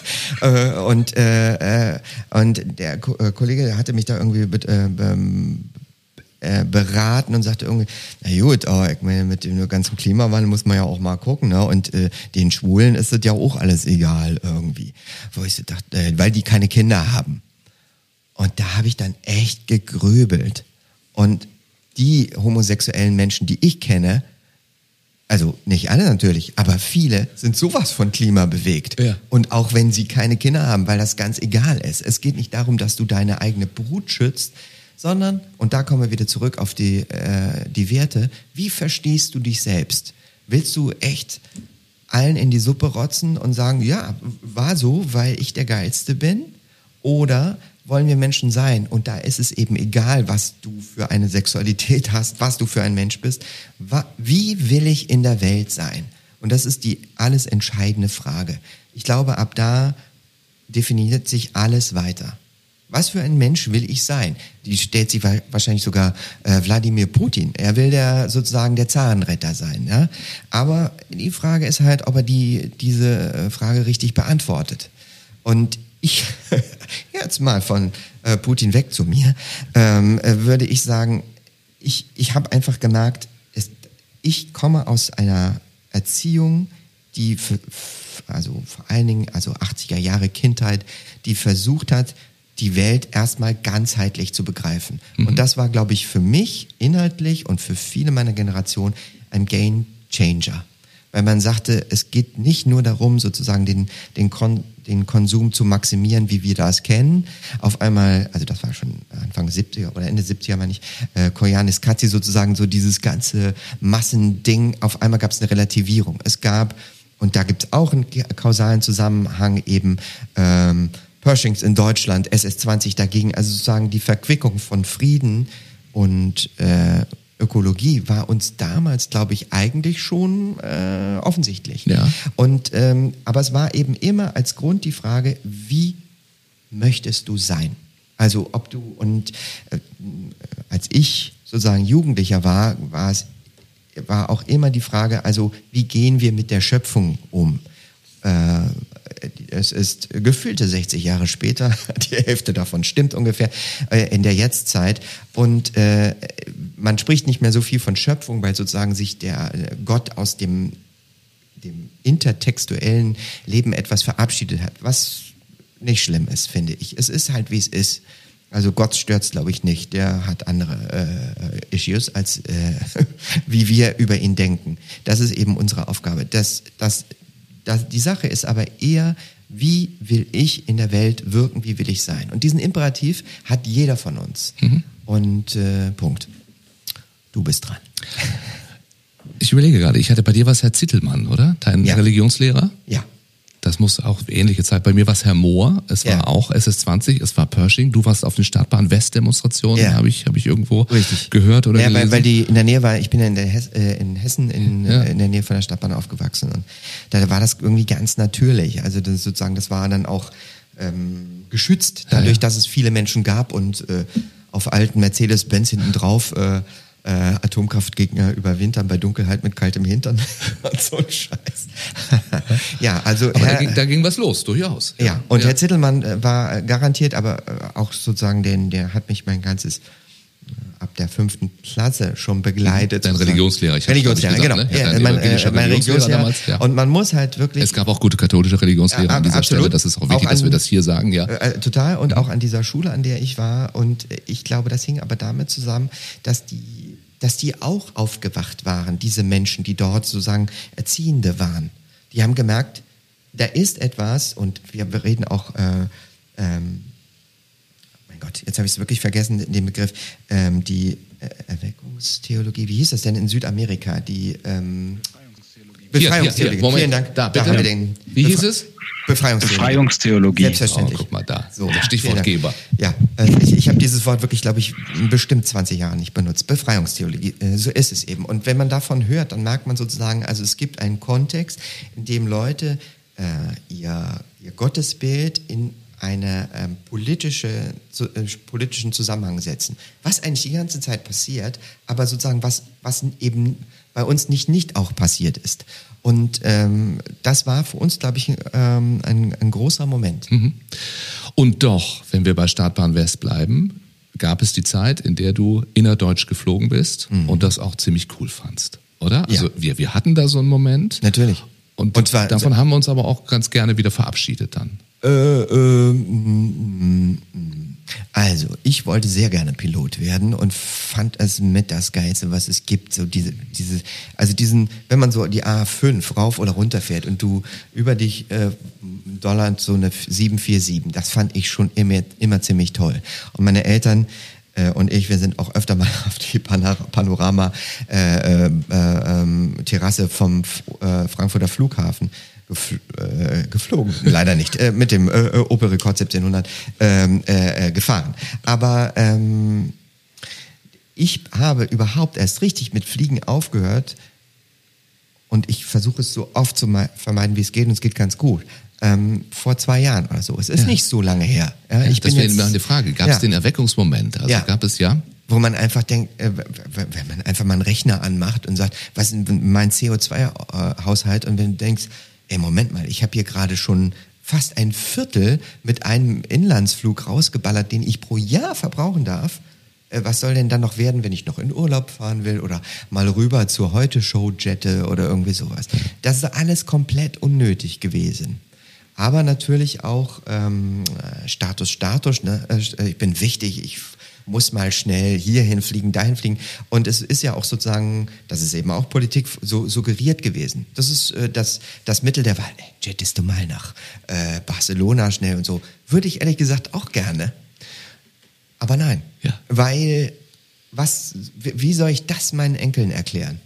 S1: und, äh, äh, und der Ko- äh, Kollege hatte mich da irgendwie be- äh, be- äh, beraten und sagte irgendwie, na gut, aber ich meine, mit dem ganzen Klimawandel muss man ja auch mal gucken, ne? Und äh, den Schwulen ist das ja auch alles egal irgendwie. Wo ich so dachte, äh, weil die keine Kinder haben. Und da habe ich dann echt gegrübelt. Und die homosexuellen Menschen, die ich kenne, also nicht alle natürlich, aber viele sind sowas von Klima bewegt.
S4: Ja.
S1: Und auch wenn sie keine Kinder haben, weil das ganz egal ist. Es geht nicht darum, dass du deine eigene Brut schützt, sondern, und da kommen wir wieder zurück auf die, äh, die Werte, wie verstehst du dich selbst? Willst du echt allen in die Suppe rotzen und sagen, ja, war so, weil ich der Geilste bin? Oder wollen wir Menschen sein? Und da ist es eben egal, was du für eine Sexualität hast, was du für ein Mensch bist. Wie will ich in der Welt sein? Und das ist die alles entscheidende Frage. Ich glaube, ab da definiert sich alles weiter. Was für ein Mensch will ich sein? Die stellt sich wahrscheinlich sogar äh, Wladimir Putin. Er will der sozusagen der Zarenretter sein. Ja? Aber die Frage ist halt, ob er die, diese Frage richtig beantwortet. Und ich, jetzt mal von äh, Putin weg zu mir, ähm, äh, würde ich sagen, ich, ich habe einfach gemerkt, es, ich komme aus einer Erziehung, die, für, also vor allen Dingen, also achtziger Jahre Kindheit, die versucht hat, die Welt erstmal ganzheitlich zu begreifen. Mhm. Und das war, glaube ich, für mich inhaltlich und für viele meiner Generation ein Game Changer. Weil man sagte, es geht nicht nur darum, sozusagen den, den, Kon, den Konsum zu maximieren, wie wir das kennen. Auf einmal, also das war schon Anfang siebziger oder Ende siebziger, meine ich, äh, Koyanis Katsi sozusagen so dieses ganze Massending. Auf einmal gab es eine Relativierung. Es gab, und da gibt es auch einen kausalen Zusammenhang eben, ähm, Pershings in Deutschland, S S zwanzig dagegen, also sozusagen die Verquickung von Frieden und äh, Ökologie war uns damals, glaube ich, eigentlich schon äh, offensichtlich.
S4: Ja.
S1: Und ähm, aber es war eben immer als Grund die Frage, wie möchtest du sein? Also ob du, und äh, als ich sozusagen Jugendlicher war, war es war auch immer die Frage, also wie gehen wir mit der Schöpfung um? Äh, es ist gefühlte sechzig Jahre später, die Hälfte davon stimmt ungefähr, äh, in der Jetztzeit. Und äh, man spricht nicht mehr so viel von Schöpfung, weil sozusagen sich der Gott aus dem, dem intertextuellen Leben etwas verabschiedet hat, was nicht schlimm ist, finde ich. Es ist halt, wie es ist. Also Gott stört's, glaube ich, nicht. Der hat andere äh, Issues, als äh, wie wir über ihn denken. Das ist eben unsere Aufgabe. Das, das Das, die Sache ist aber eher, wie will ich in der Welt wirken, wie will ich sein? Und diesen Imperativ hat jeder von uns. Mhm. Und äh, Punkt. Du bist dran.
S4: Ich überlege gerade, ich hatte bei dir was Herr Zittelmann, oder? Dein
S1: ja.
S4: Religionslehrer?
S1: Ja.
S4: Das muss auch ähnliche Zeit. Bei mir war es Herr Mohr, es war ja. auch S S zwanzig, es war Pershing. Du warst auf den Startbahn-West-Demonstrationen, ja. habe ich, hab ich irgendwo
S1: Richtig.
S4: gehört oder
S1: ja,
S4: gelesen.
S1: Weil, weil die in der Nähe war, ich bin ja in, der Hes- äh, in Hessen, in,
S4: ja.
S1: äh, in der Nähe von der Stadtbahn aufgewachsen. Und da war das irgendwie ganz natürlich. Also das sozusagen, das war dann auch ähm, geschützt, dadurch, ja, ja. dass es viele Menschen gab und äh, auf alten Mercedes-Benz hinten drauf äh, Äh, Atomkraftgegner überwintern bei Dunkelheit mit kaltem Hintern und so ein Scheiß. ja, also
S4: aber
S1: Herr,
S4: da, ging, da ging was los, durchaus.
S1: Ja, ja. und ja. Herr Zittelmann äh, war garantiert, aber äh, auch sozusagen, den, der hat mich mein ganzes äh, ab der fünften Klasse schon begleitet.
S4: Dein Religionslehrer. Ich
S1: Religionslehrer,
S4: gesagt,
S1: genau.
S4: Ne?
S1: Ja,
S4: ja,
S1: mein, äh, mein Religionslehrer.
S4: Damals, ja.
S1: Und man muss halt wirklich...
S4: Es gab auch gute katholische Religionslehrer ja, an dieser absolut. Stelle. Das ist auch wichtig, auch an, dass wir das hier sagen. Ja.
S1: Äh, total. Und mhm. auch an dieser Schule, an der ich war. Und ich glaube, das hing aber damit zusammen, dass die dass die auch aufgewacht waren, diese Menschen, die dort sozusagen Erziehende waren. Die haben gemerkt, da ist etwas, und wir, wir reden auch, äh, ähm, mein Gott, jetzt habe ich es wirklich vergessen, den Begriff, ähm, die äh, Erweckungstheologie, wie hieß das denn in Südamerika? Die ähm, Befreiungstheologie.
S4: Hier, hier,
S1: Vielen Dank.
S4: Da,
S1: da haben wir den.
S4: Wie hieß es?
S1: Befreiungstheologie.
S2: Befreiungstheologie.
S1: Selbstverständlich.
S4: Oh, guck mal da,
S1: So,
S4: der Stichwortgeber.
S1: Ja, äh, ich, ich habe dieses Wort wirklich, glaube ich, in bestimmt zwanzig Jahren nicht benutzt. Befreiungstheologie, äh, so ist es eben. Und wenn man davon hört, dann merkt man sozusagen, also es gibt einen Kontext, in dem Leute äh, ihr, ihr Gottesbild in eine ähm, politische, zu, äh, politischen Zusammenhang setzen. Was eigentlich die ganze Zeit passiert, aber sozusagen was, was eben bei uns nicht, nicht auch passiert ist. Und ähm, das war für uns, glaube ich, ähm, ein, ein großer Moment.
S4: Mhm. Und doch, wenn wir bei Startbahn West bleiben, gab es die Zeit, in der du innerdeutsch geflogen bist mhm. und das auch ziemlich cool fandst, oder? Also
S1: ja.
S4: wir, wir hatten da so einen Moment.
S1: Natürlich.
S4: Und,
S1: und zwar,
S4: davon haben wir uns aber auch ganz gerne wieder verabschiedet dann.
S1: Äh, äh, also, ich wollte sehr gerne Pilot werden und fand es mit das Geilste, was es gibt. So diese, diese, also diesen, wenn man so die A fünf rauf oder runter fährt und du über dich äh, Dollar so eine sieben vier sieben, das fand ich schon immer, immer ziemlich toll. Und meine Eltern äh, und ich, wir sind auch öfter mal auf die Panorama äh, äh, äh, Terrasse vom äh, Frankfurter Flughafen geflogen, leider nicht, äh, mit dem äh, Opel Rekord siebzehnhundert ähm, äh, gefahren. Aber ähm, ich habe überhaupt erst richtig mit Fliegen aufgehört und ich versuche es so oft zu vermeiden, wie es geht, und es geht ganz gut. Ähm, vor zwei Jahren oder so. Es ist ja. nicht so lange her. Ja,
S4: ja,
S1: ich
S4: das
S1: bin
S4: wäre
S1: jetzt,
S4: eine Frage. Gab es ja. den Erweckungsmoment? Also
S1: ja.
S4: gab es ja...
S1: Wo man einfach denkt, äh, wenn man einfach mal einen Rechner anmacht und sagt, was ist mein C O zwei Haushalt, und wenn du denkst, ey, Moment mal, ich habe hier gerade schon fast ein Viertel mit einem Inlandsflug rausgeballert, den ich pro Jahr verbrauchen darf. Äh, was soll denn dann noch werden, wenn ich noch in Urlaub fahren will oder mal rüber zur Heute-Show jette oder irgendwie sowas? Das ist alles komplett unnötig gewesen. Aber natürlich auch ähm, Status, Status, ne? Ich bin wichtig, ich muss mal schnell hierhin fliegen, dahin fliegen. Und es ist ja auch sozusagen, das ist eben auch Politik so suggeriert gewesen. Das ist äh, das, das Mittel der Wahl. Ey, jettest du mal nach äh, Barcelona schnell und so. Würde ich ehrlich gesagt auch gerne. Aber nein.
S4: Ja.
S1: Weil, was, wie soll ich das meinen Enkeln erklären?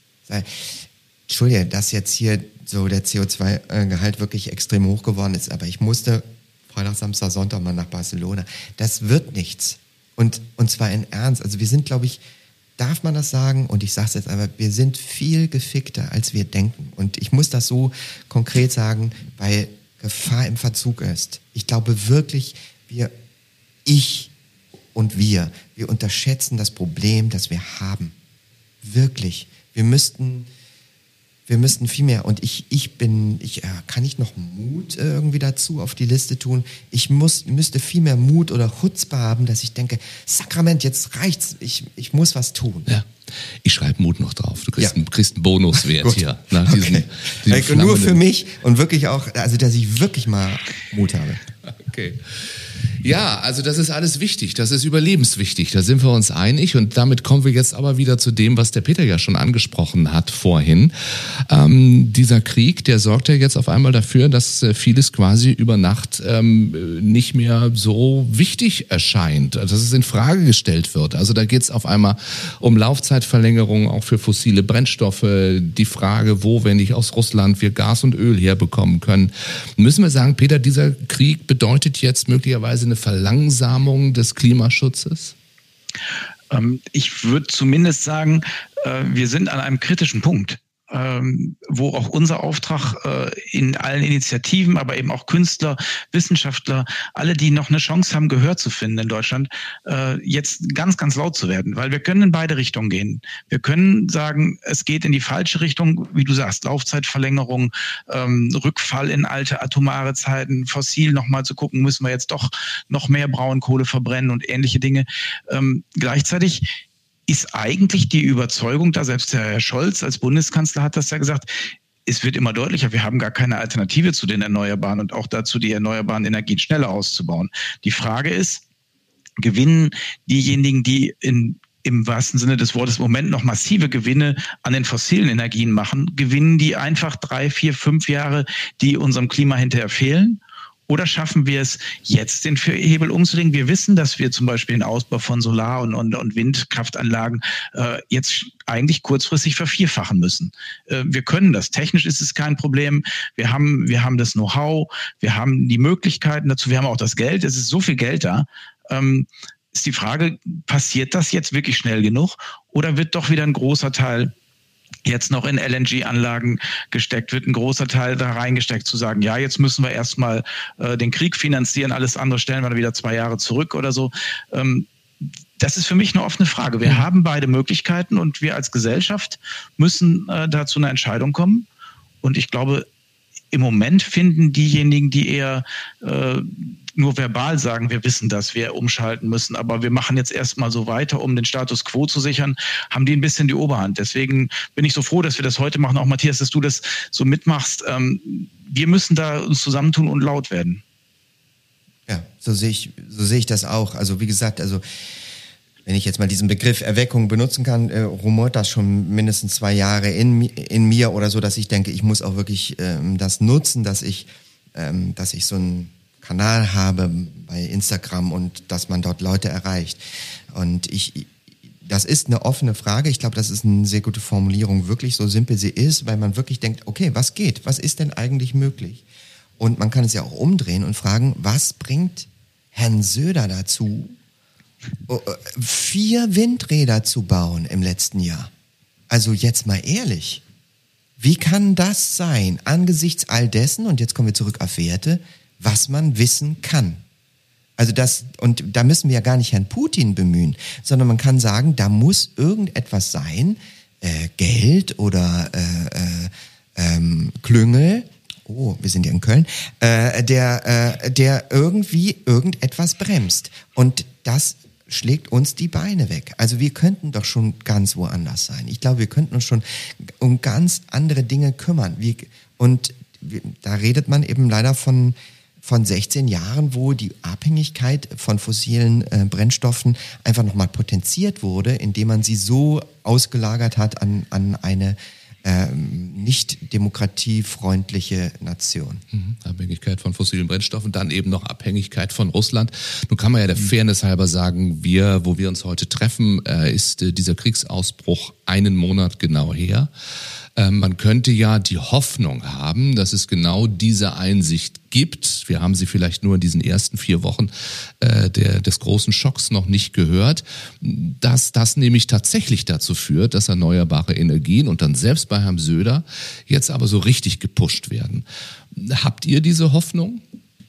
S1: Entschuldige, dass jetzt hier so der C O zwei Gehalt wirklich extrem hoch geworden ist, aber ich musste Freitag, Samstag, Sonntag mal nach Barcelona. Das wird nichts. Und, und zwar in Ernst. Also wir sind, glaube ich, darf man das sagen? Und ich sage es jetzt einfach, wir sind viel gefickter, als wir denken. Und ich muss das so konkret sagen, weil Gefahr im Verzug ist. Ich glaube wirklich, wir, ich und wir, wir unterschätzen das Problem, das wir haben. Wirklich. Wir müssten... Wir müssten viel mehr, und ich, ich bin, ich, äh, kann ich noch Mut äh, irgendwie dazu auf die Liste tun? Ich muss, müsste viel mehr Mut oder Chutzpe haben, dass ich denke, Sakrament, jetzt reicht's, ich, ich muss was tun.
S4: Ja. Ich schreibe Mut noch drauf. Du kriegst,
S1: ja.
S4: einen, kriegst einen Bonuswert hier. Nach diesem,
S1: okay.
S4: diesem
S1: Nur für mich und wirklich auch, also dass ich wirklich mal Mut habe.
S4: Okay. Ja, also das ist alles wichtig, das ist überlebenswichtig, da sind wir uns einig, und damit kommen wir jetzt aber wieder zu dem, was der Peter ja schon angesprochen hat vorhin. Ähm, dieser Krieg, der sorgt ja jetzt auf einmal dafür, dass äh, vieles quasi über Nacht ähm, nicht mehr so wichtig erscheint, dass es in Frage gestellt wird. Also da geht es auf einmal um Laufzeitverlängerung auch für fossile Brennstoffe, die Frage, wo, wenn nicht aus Russland, wir Gas und Öl herbekommen können. Müssen wir sagen, Peter, dieser Krieg bedeutet jetzt möglicherweise eine Verlangsamung des Klimaschutzes?
S2: Ich würde zumindest sagen, wir sind an einem kritischen Punkt, wo auch unser Auftrag in allen Initiativen, aber eben auch Künstler, Wissenschaftler, alle, die noch eine Chance haben, Gehör zu finden in Deutschland, jetzt ganz, ganz laut zu werden. Weil wir können in beide Richtungen gehen. Wir können sagen, es geht in die falsche Richtung, wie du sagst, Laufzeitverlängerung, Rückfall in alte atomare Zeiten, fossil nochmal zu gucken, müssen wir jetzt doch noch mehr Braunkohle verbrennen und ähnliche Dinge. Gleichzeitig ist eigentlich die Überzeugung da, selbst der Herr Scholz als Bundeskanzler hat das ja gesagt, es wird immer deutlicher, wir haben gar keine Alternative zu den Erneuerbaren und auch dazu, die erneuerbaren Energien schneller auszubauen. Die Frage ist, gewinnen diejenigen, die in, im wahrsten Sinne des Wortes im Moment noch massive Gewinne an den fossilen Energien machen, gewinnen die einfach drei, vier, fünf Jahre, die unserem Klima hinterher fehlen? Oder schaffen wir es, jetzt den Hebel umzulegen? Wir wissen, dass wir zum Beispiel den Ausbau von Solar- und, und, und Windkraftanlagen äh, jetzt eigentlich kurzfristig vervierfachen müssen. Äh, wir können das. Technisch ist es kein Problem. Wir haben, wir haben das Know-how, wir haben die Möglichkeiten dazu, wir haben auch das Geld. Es ist so viel Geld da. Ähm, ist die Frage, passiert das jetzt wirklich schnell genug? Oder wird doch wieder ein großer Teil jetzt noch in L N G-Anlagen gesteckt, wird ein großer Teil da reingesteckt, zu sagen, ja, jetzt müssen wir erstmal äh, den Krieg finanzieren, alles andere stellen wir dann wieder zwei Jahre zurück oder so. Ähm, das ist für mich eine offene Frage. Wir mhm. haben beide Möglichkeiten und wir als Gesellschaft müssen äh, da zu einer Entscheidung kommen. Und ich glaube, im Moment finden diejenigen, die eher äh, nur verbal sagen, wir wissen das, wir umschalten müssen, aber wir machen jetzt erstmal so weiter, um den Status quo zu sichern, haben die ein bisschen die Oberhand. Deswegen bin ich so froh, dass wir das heute machen. Auch Matthias, dass du das so mitmachst. Ähm, wir müssen da uns zusammentun und laut werden.
S1: Ja, so sehe ich, so sehe ich das auch. Also wie gesagt, also wenn ich jetzt mal diesen Begriff Erweckung benutzen kann, äh, rumort das schon mindestens zwei Jahre in, in mir oder so, dass ich denke, ich muss auch wirklich ähm, das nutzen, dass ich, ähm, dass ich so einen Kanal habe bei Instagram und dass man dort Leute erreicht. Und ich, das ist eine offene Frage. Ich glaube, das ist eine sehr gute Formulierung, wirklich so simpel sie ist, weil man wirklich denkt, okay, was geht? Was ist denn eigentlich möglich? Und man kann es ja auch umdrehen und fragen, was bringt Herrn Söder dazu, vier Windräder zu bauen im letzten Jahr? Also jetzt mal ehrlich, wie kann das sein, angesichts all dessen, und jetzt kommen wir zurück auf Werte, was man wissen kann? Also das, und da müssen wir ja gar nicht Herrn Putin bemühen, sondern man kann sagen, da muss irgendetwas sein, äh, Geld oder äh, äh, ähm, Klüngel, oh, wir sind ja in Köln, äh, der, äh, der irgendwie irgendetwas bremst. Und das schlägt uns die Beine weg. Also wir könnten doch schon ganz woanders sein. Ich glaube, wir könnten uns schon um ganz andere Dinge kümmern. Wir, und wir, da redet man eben leider von von sechzehn Jahren, wo die Abhängigkeit von fossilen äh, Brennstoffen einfach nochmal potenziert wurde, indem man sie so ausgelagert hat an, an eine ähm, nicht demokratiefreundliche Nation.
S4: Mhm. Abhängigkeit von fossilen Brennstoffen, dann eben noch Abhängigkeit von Russland. Nun kann man ja der mhm. Fairness halber sagen, wir, wo wir uns heute treffen, äh, ist äh, dieser Kriegsausbruch einen Monat genau her. Man könnte ja die Hoffnung haben, dass es genau diese Einsicht gibt. Wir haben sie vielleicht nur in diesen ersten vier Wochen äh, der, des großen Schocks noch nicht gehört, dass das nämlich tatsächlich dazu führt, dass erneuerbare Energien und dann selbst bei Herrn Söder jetzt aber so richtig gepusht werden. Habt ihr diese Hoffnung?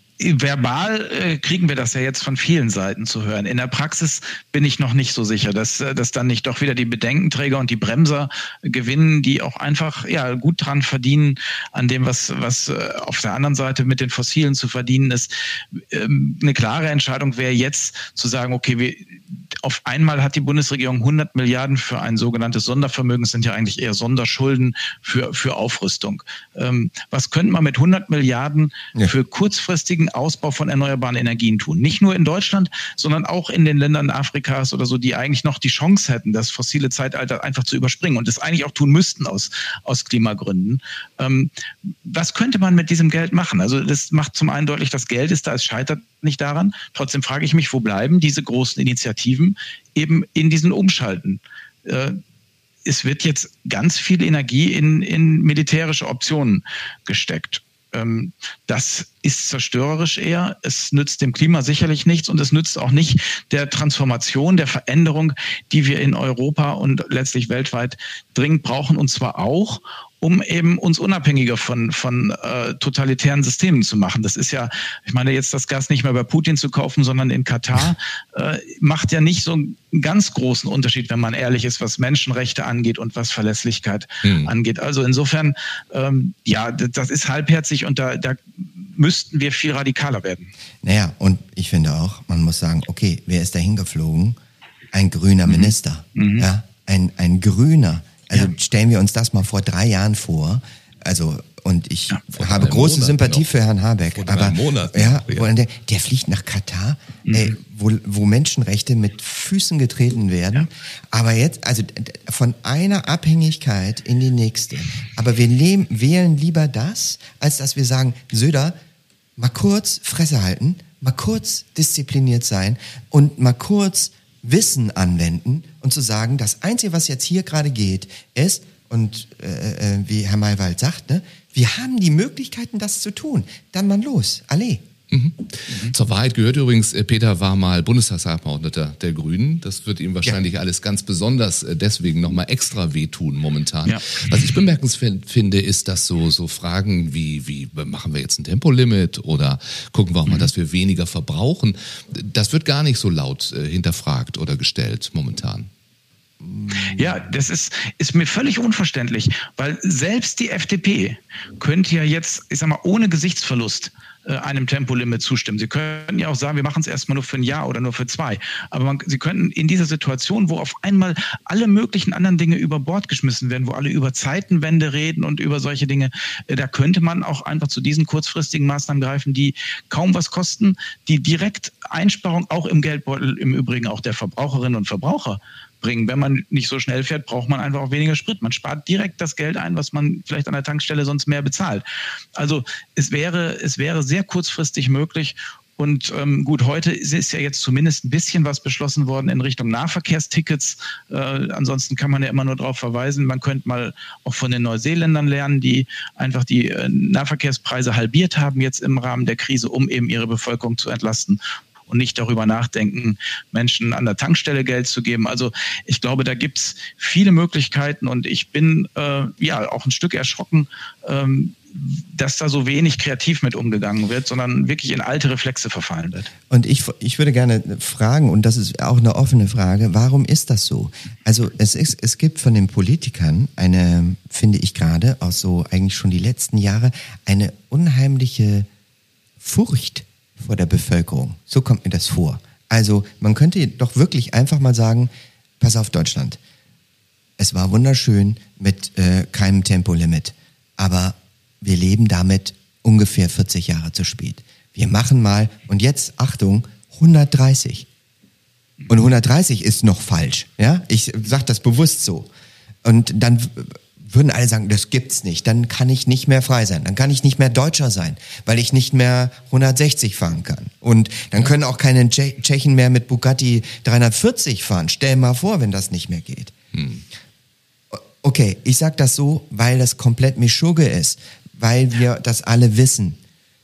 S2: Verbal äh, kriegen wir das ja jetzt von vielen Seiten zu hören. In der Praxis bin ich noch nicht so sicher, dass, dass dann nicht doch wieder die Bedenkenträger und die Bremser gewinnen, die auch einfach ja gut dran verdienen an dem, was, was auf der anderen Seite mit den Fossilen zu verdienen ist. Ähm, eine klare Entscheidung wäre jetzt zu sagen, okay, wir, auf einmal hat die Bundesregierung hundert Milliarden für ein sogenanntes Sondervermögen, das sind ja eigentlich eher Sonderschulden für, für Aufrüstung. Ähm, was könnte man mit hundert Milliarden ja. für kurzfristigen Ausbau von erneuerbaren Energien tun? Nicht nur in Deutschland, sondern auch in den Ländern Afrikas oder so, die eigentlich noch die Chance hätten, das fossile Zeitalter einfach zu überspringen und das eigentlich auch tun müssten aus, aus Klimagründen. Ähm, was könnte man mit diesem Geld machen? Also das macht zum einen deutlich, das Geld ist da, es scheitert nicht daran. Trotzdem frage ich mich, wo bleiben diese großen Initiativen eben in diesen Umschalten? Äh, es wird jetzt ganz viel Energie in, in militärische Optionen gesteckt. Ähm, das ist zerstörerisch eher. Es nützt dem Klima sicherlich nichts und es nützt auch nicht der Transformation, der Veränderung, die wir in Europa und letztlich weltweit dringend brauchen, und zwar auch, um eben uns unabhängiger von, von äh, totalitären Systemen zu machen. Das ist ja, ich meine, jetzt das Gas nicht mehr bei Putin zu kaufen, sondern in Katar, äh, macht ja nicht so einen ganz großen Unterschied, wenn man ehrlich ist, was Menschenrechte angeht und was Verlässlichkeit mhm. angeht. Also insofern, ähm, ja, das ist halbherzig und da, da müssten wir viel radikaler werden.
S1: Naja, und ich finde auch, man muss sagen, okay, wer ist da hingeflogen? Ein grüner mhm. Minister, mhm. ja, ein, ein Grüner. Also ja. stellen wir uns das mal vor drei Jahren vor. Also und ich ja, habe große Monaten Sympathie noch. für Herrn Habeck.
S4: Vor
S1: aber
S4: Monaten
S1: ja,
S4: noch, ja.
S1: Der, der fliegt nach Katar, mhm. ey, wo, wo Menschenrechte mit Füßen getreten werden. Ja. Aber jetzt, also von einer Abhängigkeit in die nächste. Aber wir leben, wählen lieber das, als dass wir sagen, Söder, mal kurz Fresse halten, mal kurz diszipliniert sein und mal kurz Wissen anwenden und zu sagen, das Einzige, was jetzt hier gerade geht, ist, und äh, wie Herr Maywald sagt, ne, wir haben die Möglichkeiten, das zu tun. Dann mal los, alle.
S4: Mhm. Mhm. Zur Wahrheit gehört übrigens, Peter war mal Bundestagsabgeordneter der Grünen. Das wird ihm wahrscheinlich ja. alles ganz besonders deswegen nochmal extra wehtun momentan. Ja. Was ich bemerkenswert finde, ist, dass so, so Fragen wie, wie machen wir jetzt ein Tempolimit oder gucken wir auch mal, mhm. dass wir weniger verbrauchen, das wird gar nicht so laut äh, hinterfragt oder gestellt momentan.
S2: Ja, das ist, ist mir völlig unverständlich, weil selbst die F D P könnte ja jetzt, ich sag mal, ohne Gesichtsverlust äh, einem Tempolimit zustimmen. Sie können ja auch sagen, wir machen es erstmal nur für ein Jahr oder nur für zwei. Aber man, Sie könnten in dieser Situation, wo auf einmal alle möglichen anderen Dinge über Bord geschmissen werden, wo alle über Zeitenwende reden und über solche Dinge, äh, da könnte man auch einfach zu diesen kurzfristigen Maßnahmen greifen, die kaum was kosten, die direkt Einsparung auch im Geldbeutel, im Übrigen auch der Verbraucherinnen und Verbraucher bringen. Wenn man nicht so schnell fährt, braucht man einfach auch weniger Sprit. Man spart direkt das Geld ein, was man vielleicht an der Tankstelle sonst mehr bezahlt. Also es wäre, es wäre sehr kurzfristig möglich. Und ähm, gut, heute ist ja jetzt zumindest ein bisschen was beschlossen worden in Richtung Nahverkehrstickets. Äh, ansonsten kann man ja immer nur darauf verweisen, man könnte mal auch von den Neuseeländern lernen, die einfach die äh, Nahverkehrspreise halbiert haben jetzt im Rahmen der Krise, um eben ihre Bevölkerung zu entlasten. Und nicht darüber nachdenken, Menschen an der Tankstelle Geld zu geben. Also ich glaube, da gibt's viele Möglichkeiten und ich bin äh, ja auch ein Stück erschrocken, ähm, dass da so wenig kreativ mit umgegangen wird, sondern wirklich in alte Reflexe verfallen wird.
S1: Und ich, ich würde gerne fragen, und das ist auch eine offene Frage, warum ist das so? Also es ist, es gibt von den Politikern eine, finde ich gerade, auch so eigentlich schon die letzten Jahre, eine unheimliche Furcht vor der Bevölkerung. So kommt mir das vor. Also man könnte doch wirklich einfach mal sagen, pass auf Deutschland, es war wunderschön mit äh, keinem Tempolimit, aber wir leben damit ungefähr vierzig Jahre zu spät. Wir machen mal, und jetzt, Achtung, hundertdreißig. Und hundertdreißig ist noch falsch. Ja, ich sage das bewusst so. Und dann würden alle sagen, das gibt's nicht. Dann kann ich nicht mehr frei sein. Dann kann ich nicht mehr Deutscher sein, weil ich nicht mehr hundertsechzig fahren kann. Und dann können auch keine Tschechen mehr mit Bugatti dreihundertvierzig fahren. Stell mal vor, wenn das nicht mehr geht. Hm. Okay, ich sag das so, weil das komplett Mischugge ist, weil wir das alle wissen.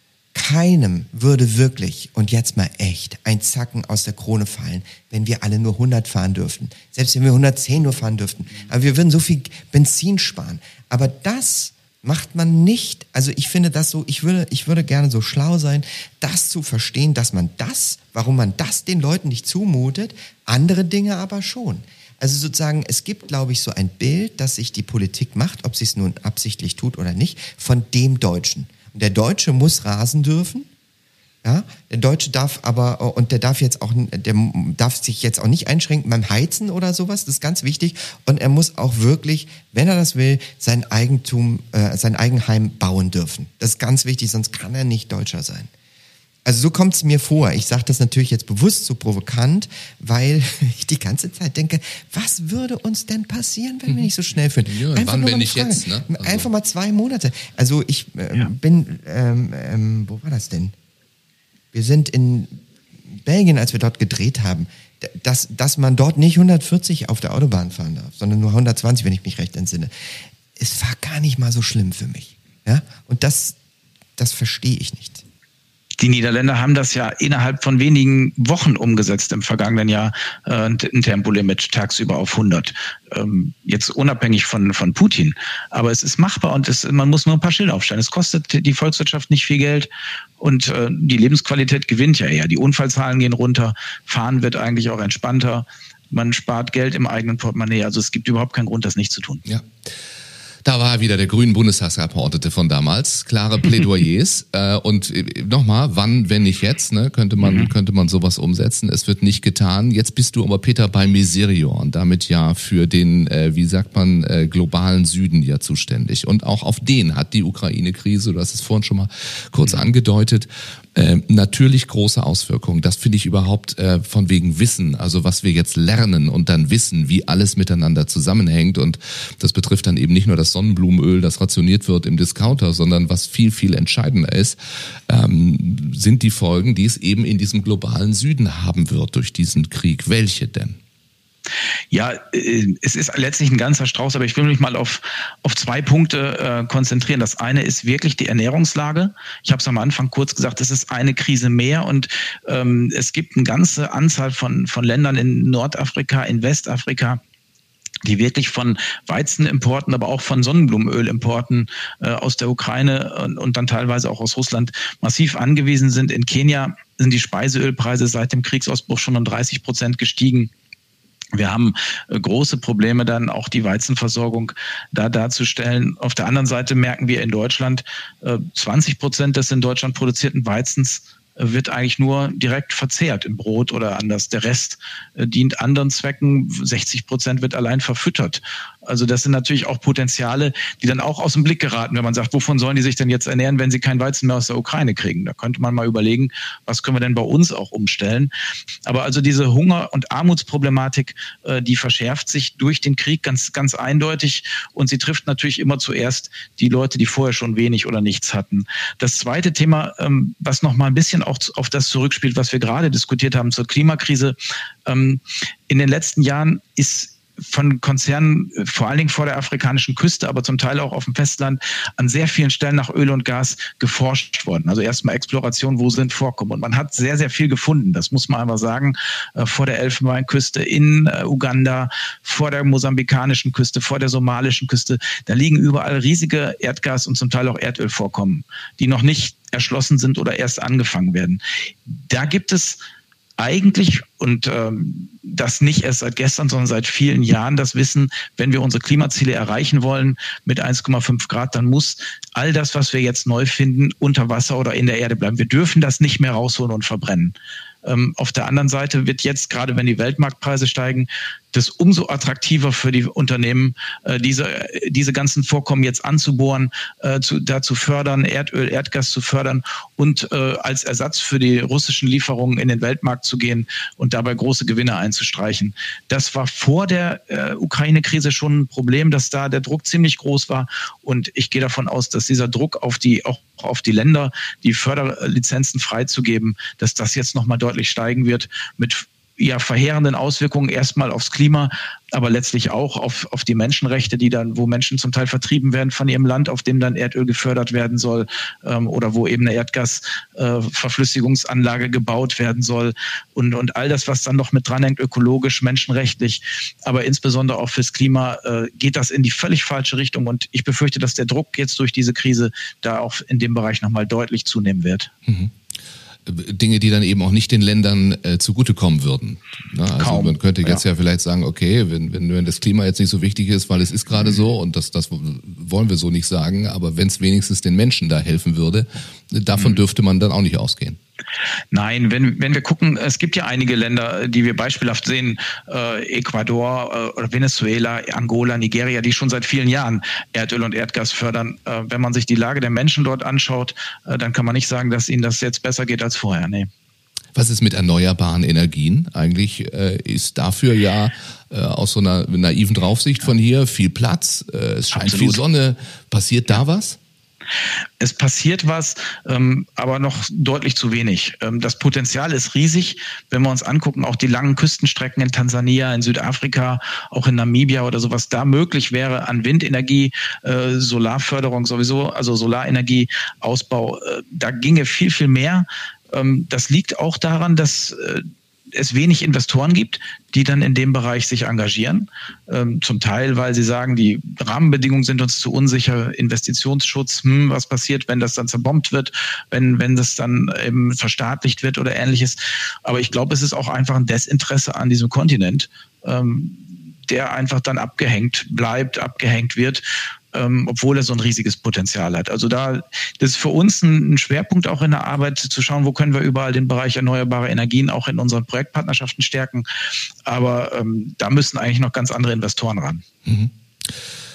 S1: Keinem würde wirklich, und jetzt mal echt, ein Zacken aus der Krone fallen, wenn wir alle nur hundert fahren dürften. Selbst wenn wir hundertzehn nur fahren dürften. Aber wir würden so viel Benzin sparen. Aber das macht man nicht. Also ich finde das so, ich würde, ich würde gerne so schlau sein, das zu verstehen, dass man das, warum man das den Leuten nicht zumutet, andere Dinge aber schon. Also sozusagen, es gibt, glaube ich, so ein Bild, das sich die Politik macht, ob sie es nun absichtlich tut oder nicht, von dem Deutschen. Der Deutsche muss rasen dürfen, ja. Der Deutsche darf aber, und der darf jetzt auch, der darf sich jetzt auch nicht einschränken beim Heizen oder sowas, das ist ganz wichtig. Und er muss auch wirklich, wenn er das will, sein Eigentum, äh, sein Eigenheim bauen dürfen. Das ist ganz wichtig, sonst kann er nicht Deutscher sein. Also so kommt es mir vor. Ich sage das natürlich jetzt bewusst so provokant, weil ich die ganze Zeit denke, was würde uns denn passieren, wenn wir nicht so schnell führen?
S4: Ja,
S1: einfach
S4: wann,
S1: nur
S4: wenn
S1: mal
S4: nicht
S1: Frage.
S4: jetzt? Ne? Also.
S1: Einfach mal zwei Monate. Also ich äh,
S2: ja.
S1: bin, ähm, ähm, wo war das denn? Wir sind in Belgien, als wir dort gedreht haben, dass, dass man dort nicht hundertvierzig auf der Autobahn fahren darf, sondern nur hundertzwanzig, wenn ich mich recht entsinne. Es war gar nicht mal so schlimm für mich. Ja? Und das, das verstehe ich nicht.
S2: Die Niederländer haben das ja innerhalb von wenigen Wochen umgesetzt im vergangenen Jahr, äh, ein Tempolimit tagsüber auf hundert. Ähm, jetzt unabhängig von von Putin. Aber es ist machbar und es, man muss nur ein paar Schilder aufstellen. Es kostet die Volkswirtschaft nicht viel Geld und äh, die Lebensqualität gewinnt ja eher. Die Unfallzahlen gehen runter, Fahren wird eigentlich auch entspannter. Man spart Geld im eigenen Portemonnaie. Also es gibt überhaupt keinen Grund, das nicht zu tun.
S4: Ja. Da war wieder der grünen Bundestagsabgeordnete von damals, klare Plädoyers. äh, und nochmal, wann, wenn nicht jetzt, ne, könnte man mhm. könnte man sowas umsetzen. Es wird nicht getan. Jetzt bist du aber, Peter, bei Miserior und damit ja für den, äh, wie sagt man, äh, globalen Süden ja zuständig. Und auch auf den hat die Ukraine-Krise, du hast es vorhin schon mal kurz mhm. angedeutet, äh, natürlich große Auswirkungen. Das finde ich überhaupt äh, von wegen Wissen, also was wir jetzt lernen und dann wissen, wie alles miteinander zusammenhängt. Und das betrifft dann eben nicht nur das Sonnenblumenöl, das rationiert wird im Discounter, sondern was viel, viel entscheidender ist, ähm, sind die Folgen, die es eben in diesem globalen Süden haben wird durch diesen Krieg. Welche denn?
S2: Ja, es ist letztlich ein ganzer Strauß, aber ich will mich mal auf, auf zwei Punkte äh, konzentrieren. Das eine ist wirklich die Ernährungslage. Ich habe es am Anfang kurz gesagt, es ist eine Krise mehr und ähm, es gibt eine ganze Anzahl von, von Ländern in Nordafrika, in Westafrika, die wirklich von Weizenimporten, aber auch von Sonnenblumenölimporten äh, aus der Ukraine und, und dann teilweise auch aus Russland massiv angewiesen sind. In Kenia sind die Speiseölpreise seit dem Kriegsausbruch schon um dreißig Prozent gestiegen. Wir haben äh, große Probleme, dann auch die Weizenversorgung da darzustellen. Auf der anderen Seite merken wir in Deutschland, äh, zwanzig Prozent des in Deutschland produzierten Weizens äh, wird eigentlich nur direkt verzehrt im Brot oder anders. Der Rest äh, dient anderen Zwecken. sechzig Prozent wird allein verfüttert. Also das sind natürlich auch Potenziale, die dann auch aus dem Blick geraten, wenn man sagt, wovon sollen die sich denn jetzt ernähren, wenn sie kein Weizen mehr aus der Ukraine kriegen? Da könnte man mal überlegen, was können wir denn bei uns auch umstellen? Aber also diese Hunger- und Armutsproblematik, die verschärft sich durch den Krieg ganz, ganz eindeutig und sie trifft natürlich immer zuerst die Leute, die vorher schon wenig oder nichts hatten. Das zweite Thema, was noch mal ein bisschen auch auf das zurückspielt, was wir gerade diskutiert haben zur Klimakrise. In den letzten Jahren ist von Konzernen, vor allen Dingen vor der afrikanischen Küste, aber zum Teil auch auf dem Festland, an sehr vielen Stellen nach Öl und Gas geforscht worden. Also erstmal Exploration, wo sind Vorkommen. Und man hat sehr, sehr viel gefunden. Das muss man einfach sagen. Vor der Elfenbeinküste, in Uganda, vor der mosambikanischen Küste, vor der somalischen Küste. Da liegen überall riesige Erdgas- und zum Teil auch Erdölvorkommen, die noch nicht erschlossen sind oder erst angefangen werden. Da gibt es eigentlich, und ähm, das nicht erst seit gestern, sondern seit vielen Jahren, das Wissen, wenn wir unsere Klimaziele erreichen wollen mit eins Komma fünf Grad, dann muss all das, was wir jetzt neu finden, unter Wasser oder in der Erde bleiben. Wir dürfen das nicht mehr rausholen und verbrennen. Ähm, auf der anderen Seite wird jetzt, gerade wenn die Weltmarktpreise steigen, das umso attraktiver für die Unternehmen, äh, diese, diese ganzen Vorkommen jetzt anzubohren, äh, zu, da zu fördern, Erdöl, Erdgas zu fördern und äh, als Ersatz für die russischen Lieferungen in den Weltmarkt zu gehen und dabei große Gewinne einzustreichen. Das war vor der äh, Ukraine-Krise schon ein Problem, dass da der Druck ziemlich groß war und ich gehe davon aus, dass dieser Druck auf die, auch auf die Länder, die Förderlizenzen freizugeben, dass das jetzt nochmal deutlich steigen wird mit ja, verheerenden Auswirkungen erstmal aufs Klima, aber letztlich auch auf, auf die Menschenrechte, die dann, wo Menschen zum Teil vertrieben werden von ihrem Land, auf dem dann Erdöl gefördert werden soll, ähm, oder wo eben eine Erdgasverflüssigungsanlage äh, gebaut werden soll und, und all das, was dann noch mit dranhängt, ökologisch, menschenrechtlich, aber insbesondere auch fürs Klima, äh, geht das in die völlig falsche Richtung und ich befürchte, dass der Druck jetzt durch diese Krise da auch in dem Bereich nochmal deutlich zunehmen wird.
S4: Mhm. Dinge, die dann eben auch nicht den Ländern äh, zugutekommen würden. Na, also Kaum. Man könnte jetzt ja. ja vielleicht sagen, okay, wenn, wenn, wenn das Klima jetzt nicht so wichtig ist, weil es ist gerade mhm. so und das, das wollen wir so nicht sagen, aber wenn es wenigstens den Menschen da helfen würde, davon mhm. dürfte man dann auch nicht ausgehen.
S2: Nein, wenn, wenn wir gucken, es gibt ja einige Länder, die wir beispielhaft sehen, äh, Ecuador äh, oder Venezuela, Angola, Nigeria, die schon seit vielen Jahren Erdöl und Erdgas fördern. Äh, wenn man sich die Lage der Menschen dort anschaut, äh, dann kann man nicht sagen, dass ihnen das jetzt besser geht als vorher. Nee.
S4: Was ist mit erneuerbaren Energien? Eigentlich äh, ist dafür ja äh, aus so einer naiven Draufsicht von hier viel Platz, äh, es scheint Absolut. viel Sonne. Passiert da was?
S2: Es passiert was, ähm, aber noch deutlich zu wenig. Ähm, das Potenzial ist riesig, wenn wir uns angucken, auch die langen Küstenstrecken in Tansania, in Südafrika, auch in Namibia oder sowas da möglich wäre an Windenergie, äh, Solarförderung sowieso, also Solarenergieausbau, äh, da ginge viel, viel mehr. Ähm, das liegt auch daran, dass äh, es wenig Investoren gibt, die dann in dem Bereich sich engagieren. Ähm, zum Teil, weil sie sagen, die Rahmenbedingungen sind uns zu unsicher, Investitionsschutz, hm, was passiert, wenn das dann zerbombt wird, wenn, wenn das dann eben verstaatlicht wird oder ähnliches. Aber ich glaube, es ist auch einfach ein Desinteresse an diesem Kontinent, ähm, der einfach dann abgehängt bleibt, abgehängt wird, ähm, obwohl er so ein riesiges Potenzial hat. Also da, das ist für uns ein, ein Schwerpunkt auch in der Arbeit, zu schauen, wo können wir überall den Bereich erneuerbare Energien auch in unseren Projektpartnerschaften stärken. Aber ähm, da müssen eigentlich noch ganz andere Investoren ran.
S4: Mhm.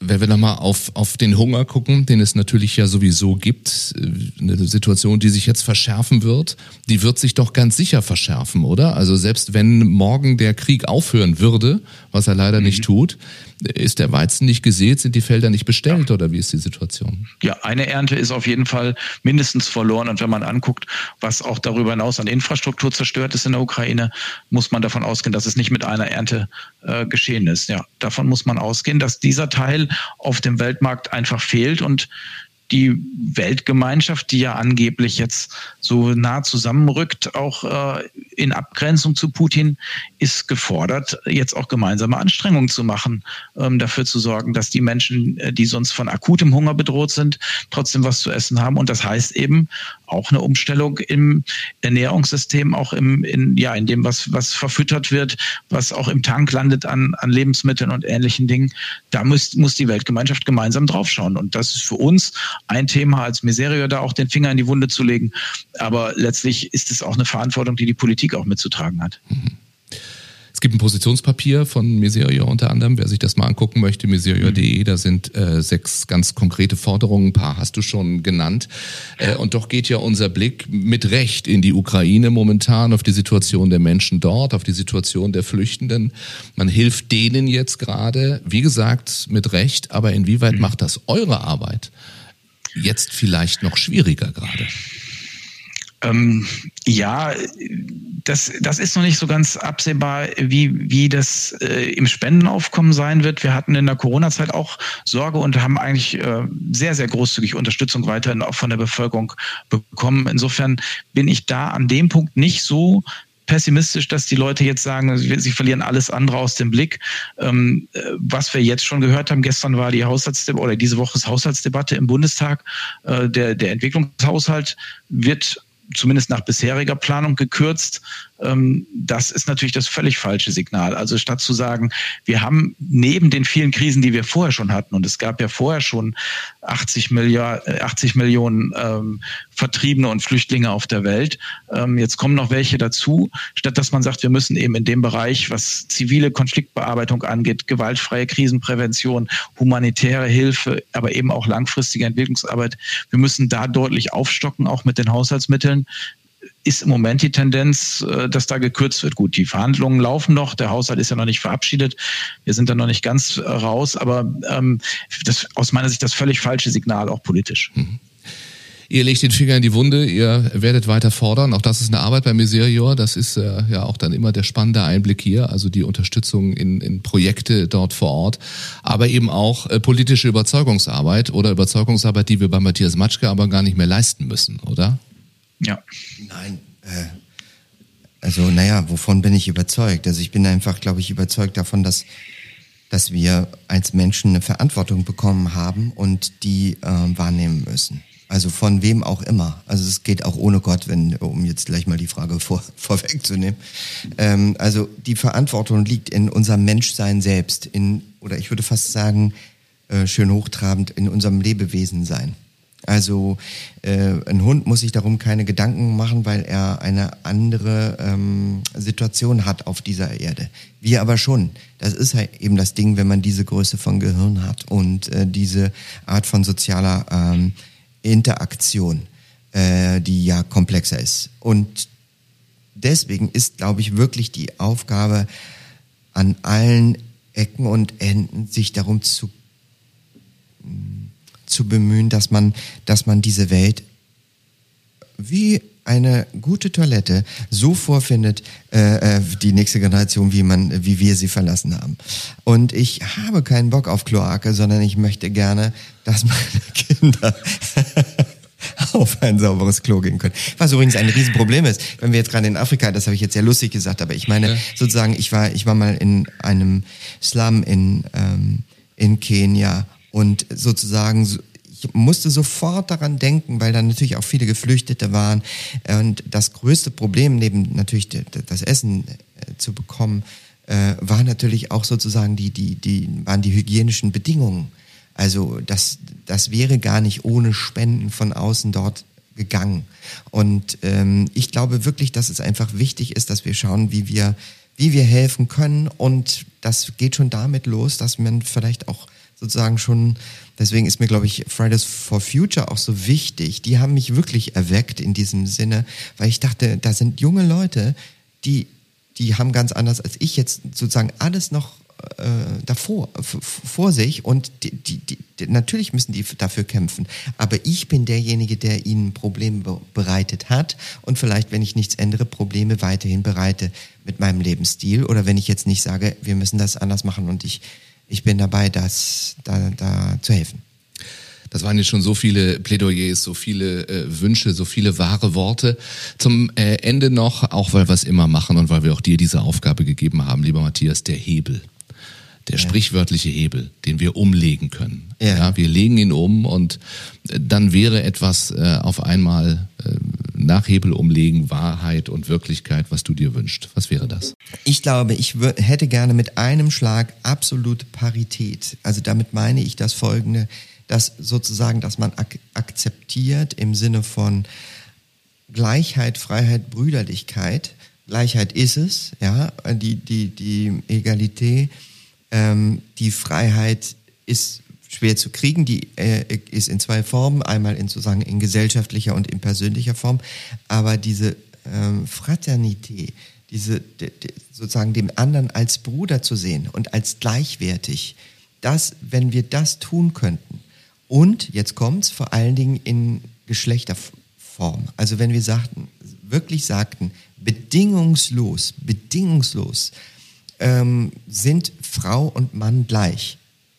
S4: Wenn wir nochmal auf, auf den Hunger gucken, den es natürlich ja sowieso gibt, eine Situation, die sich jetzt verschärfen wird, die wird sich doch ganz sicher verschärfen, oder? Also selbst wenn morgen der Krieg aufhören würde, was er leider mhm. nicht tut, ist der Weizen nicht gesät, sind die Felder nicht bestellt, ja. oder wie ist die Situation?
S2: Ja, eine Ernte ist auf jeden Fall mindestens verloren. Und wenn man anguckt, was auch darüber hinaus an Infrastruktur zerstört ist in der Ukraine, muss man davon ausgehen, dass es nicht mit einer Ernte äh, geschehen ist. Ja, davon muss man ausgehen, dass dieser Teil auf dem Weltmarkt einfach fehlt und die Weltgemeinschaft, die ja angeblich jetzt so nah zusammenrückt, auch äh, in Abgrenzung zu Putin, ist gefordert, jetzt auch gemeinsame Anstrengungen zu machen, ähm, dafür zu sorgen, dass die Menschen, die sonst von akutem Hunger bedroht sind, trotzdem was zu essen haben. Und das heißt eben auch eine Umstellung im Ernährungssystem, auch im, in, ja, in dem, was, was verfüttert wird, was auch im Tank landet an, an Lebensmitteln und ähnlichen Dingen. Da muss, muss die Weltgemeinschaft gemeinsam draufschauen. Und das ist für uns ein Thema als Miserior, da auch den Finger in die Wunde zu legen. Aber letztlich ist es auch eine Verantwortung, die die Politik auch mitzutragen hat.
S4: Es gibt ein Positionspapier von Miserior unter anderem, wer sich das mal angucken möchte, miserior punkt de, da sind äh, sechs ganz konkrete Forderungen, ein paar hast du schon genannt. Äh, und doch geht ja unser Blick mit Recht in die Ukraine momentan, auf die Situation der Menschen dort, auf die Situation der Flüchtenden. Man hilft denen jetzt gerade, wie gesagt, mit Recht, aber inwieweit mhm. macht das eure Arbeit jetzt vielleicht noch schwieriger gerade?
S2: Ähm, ja, das, das ist noch nicht so ganz absehbar, wie, wie das äh, im Spendenaufkommen sein wird. Wir hatten in der Corona-Zeit auch Sorge und haben eigentlich äh, sehr, sehr großzügig Unterstützung weiterhin auch von der Bevölkerung bekommen. Insofern bin ich da an dem Punkt nicht so pessimistisch, dass die Leute jetzt sagen, sie verlieren alles andere aus dem Blick. Ähm, was wir jetzt schon gehört haben, gestern war die Haushaltsdebatte oder diese Woche ist Haushaltsdebatte im Bundestag. Äh, der, der Entwicklungshaushalt wird zumindest nach bisheriger Planung gekürzt. Das ist natürlich das völlig falsche Signal. Also statt zu sagen, wir haben neben den vielen Krisen, die wir vorher schon hatten, und es gab ja vorher schon achtzig Milliarden, achtzig Millionen ähm, Vertriebene und Flüchtlinge auf der Welt, ähm, jetzt kommen noch welche dazu, statt dass man sagt, wir müssen eben in dem Bereich, was zivile Konfliktbearbeitung angeht, gewaltfreie Krisenprävention, humanitäre Hilfe, aber eben auch langfristige Entwicklungsarbeit, wir müssen da deutlich aufstocken, auch mit den Haushaltsmitteln. Ist im Moment die Tendenz, dass da gekürzt wird. Gut, die Verhandlungen laufen noch, der Haushalt ist ja noch nicht verabschiedet, wir sind da noch nicht ganz raus, aber ähm, das aus meiner Sicht das völlig falsche Signal, auch politisch. Mhm.
S4: Ihr legt den Finger in die Wunde, ihr werdet weiter fordern, auch das ist eine Arbeit bei Miserior, das ist äh, ja auch dann immer der spannende Einblick hier, also die Unterstützung in, in Projekte dort vor Ort, aber eben auch äh, politische Überzeugungsarbeit oder Überzeugungsarbeit, die wir bei Matthias Matschke aber gar nicht mehr leisten müssen, oder?
S2: Ja.
S1: Nein, äh, also naja, wovon bin ich überzeugt? Also ich bin einfach, glaube ich, überzeugt davon, dass, dass wir als Menschen eine Verantwortung bekommen haben und die äh, wahrnehmen müssen. Also von wem auch immer. Also es geht auch ohne Gott, wenn, um jetzt gleich mal die Frage vor, vorwegzunehmen. Ähm, also die Verantwortung liegt in unserem Menschsein selbst, in, oder ich würde fast sagen, äh, schön hochtrabend, in unserem Lebewesen-Sein. Also äh, ein Hund muss sich darum keine Gedanken machen, weil er eine andere ähm, Situation hat auf dieser Erde. Wir aber schon. Das ist halt eben das Ding, wenn man diese Größe von Gehirn hat und äh, diese Art von sozialer ähm, Interaktion, äh, die ja komplexer ist. Und deswegen ist, glaube ich, wirklich die Aufgabe an allen Ecken und Enden, sich darum zu zu bemühen, dass man, dass man diese Welt wie eine gute Toilette so vorfindet, äh, die nächste Generation, wie man, wie wir sie verlassen haben. Und ich habe keinen Bock auf Kloake, sondern ich möchte gerne, dass meine Kinder auf ein sauberes Klo gehen können. Was übrigens ein Riesenproblem ist, wenn wir jetzt gerade in Afrika, das habe ich jetzt sehr lustig gesagt, aber ich meine, ja. sozusagen, ich war, ich war mal in einem Slum in, ähm, in Kenia. Und sozusagen, ich musste sofort daran denken, weil da natürlich auch viele Geflüchtete waren. Und das größte Problem, neben natürlich das Essen zu bekommen, war natürlich auch sozusagen die, die, die, waren die hygienischen Bedingungen. Also das, das wäre gar nicht ohne Spenden von außen dort gegangen. Und ähm, ich glaube wirklich, dass es einfach wichtig ist, dass wir schauen, wie wir, wie wir helfen können. Und das geht schon damit los, dass man vielleicht auch sozusagen schon, deswegen ist mir, glaube ich, Fridays for Future auch so wichtig. Die haben mich wirklich erweckt in diesem Sinne, weil ich dachte, da sind junge Leute, die, die haben ganz anders als ich jetzt sozusagen alles noch äh, davor, f- vor sich und die, die, die, die, natürlich müssen die dafür kämpfen. Aber ich bin derjenige, der ihnen Probleme be- bereitet hat und vielleicht, wenn ich nichts ändere, Probleme weiterhin bereite mit meinem Lebensstil oder wenn ich jetzt nicht sage, wir müssen das anders machen und ich Ich bin dabei, das, da, da zu helfen.
S4: Das waren jetzt schon so viele Plädoyers, so viele äh, Wünsche, so viele wahre Worte. Zum äh, Ende noch, auch weil wir es immer machen und weil wir auch dir diese Aufgabe gegeben haben, lieber Matthias, der Hebel. Der ja. sprichwörtliche Hebel, den wir umlegen können. Ja. ja, wir legen ihn um und dann wäre etwas äh, auf einmal äh, nach Hebel umlegen, Wahrheit und Wirklichkeit, was du dir wünschst. Was wäre das?
S1: Ich glaube, ich w- hätte gerne mit einem Schlag absolute Parität. Also damit meine ich das Folgende, dass sozusagen, dass man ak- akzeptiert im Sinne von Gleichheit, Freiheit, Brüderlichkeit. Gleichheit ist es, ja, die, die, die Egalität. Ähm, die Freiheit ist schwer zu kriegen, die äh, ist in zwei Formen, einmal in sozusagen in gesellschaftlicher und in persönlicher Form, aber diese ähm, Fraternität, diese de, de, sozusagen dem anderen als Bruder zu sehen und als gleichwertig, das, wenn wir das tun könnten und, jetzt kommt's, vor allen Dingen in Geschlechterform, also wenn wir sagten, wirklich sagten, bedingungslos, bedingungslos, Ähm, sind Frau und Mann gleich,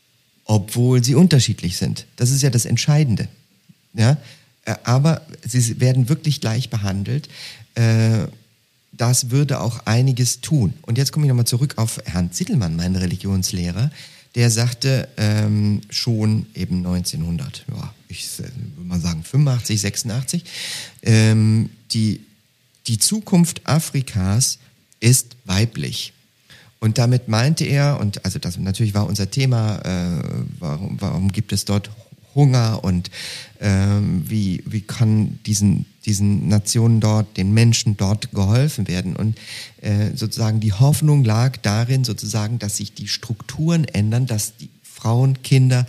S1: obwohl sie unterschiedlich sind. Das ist ja das Entscheidende. Ja? Äh, aber sie werden wirklich gleich behandelt. Äh, das würde auch einiges tun. Und jetzt komme ich nochmal zurück auf Herrn Zittelmann, meinen Religionslehrer, der sagte ähm, schon eben neunzehnhundert, ja, ich würde mal sagen fünfundachtzig, sechsundachtzig, ähm, die, die Zukunft Afrikas ist weiblich. Und damit meinte er, und also das natürlich war unser Thema, äh, warum, warum gibt es dort Hunger und ähm, wie, wie kann diesen, diesen Nationen dort, den Menschen dort geholfen werden. Und äh, sozusagen die Hoffnung lag darin, sozusagen, dass sich die Strukturen ändern, dass die Frauen, Kinder,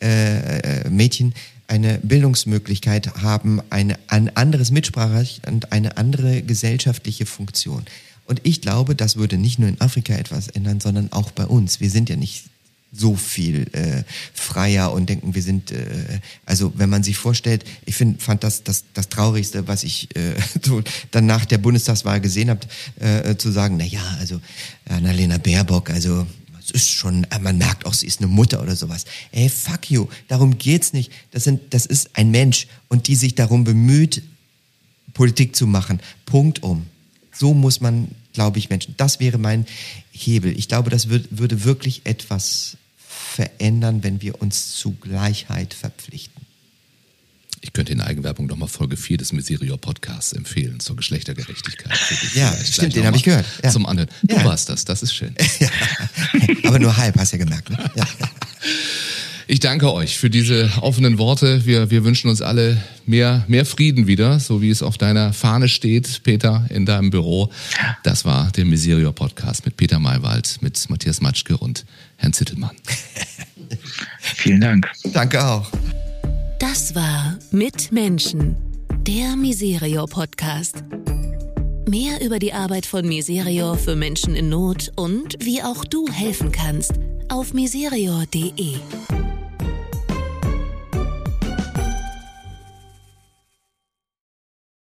S1: äh, Mädchen eine Bildungsmöglichkeit haben, eine, ein anderes Mitspracherecht und eine andere gesellschaftliche Funktion. Und ich glaube, das würde nicht nur in Afrika etwas ändern, sondern auch bei uns. Wir sind ja nicht so viel äh, freier und denken, wir sind, äh, also wenn man sich vorstellt, ich find, fand das, das das Traurigste, was ich äh, so dann nach der Bundestagswahl gesehen habe, äh, zu sagen, na ja, also Annalena Baerbock, also es ist schon, man merkt auch, sie ist eine Mutter oder sowas. Ey, fuck you, darum geht's nicht. Das sind, das ist ein Mensch und die sich darum bemüht, Politik zu machen. Punkt um. So muss man, glaube ich, Menschen. Das wäre mein Hebel. Ich glaube, das würd, würde wirklich etwas verändern, wenn wir uns zu Gleichheit verpflichten.
S4: Ich könnte in Eigenwerbung nochmal Folge vier des Miserior-Podcasts empfehlen zur Geschlechtergerechtigkeit.
S1: Ja, stimmt, den habe ich gehört. Ja.
S4: Zum anderen. Du
S1: ja.
S4: warst das, das ist schön.
S1: Ja. Aber nur halb, hast du ja gemerkt. Ne? Ja.
S4: Ich danke euch für diese offenen Worte. Wir, wir wünschen uns alle mehr, mehr Frieden wieder, so wie es auf deiner Fahne steht, Peter, in deinem Büro. Das war der Miserior-Podcast mit Peter Maywald, mit Matthias Matschke und Herrn Zittelmann.
S2: Vielen Dank.
S1: Danke auch.
S3: Das war Mit Menschen, der Miserior-Podcast. Mehr über die Arbeit von Miserior für Menschen in Not und wie auch du helfen kannst auf miserior punkt de.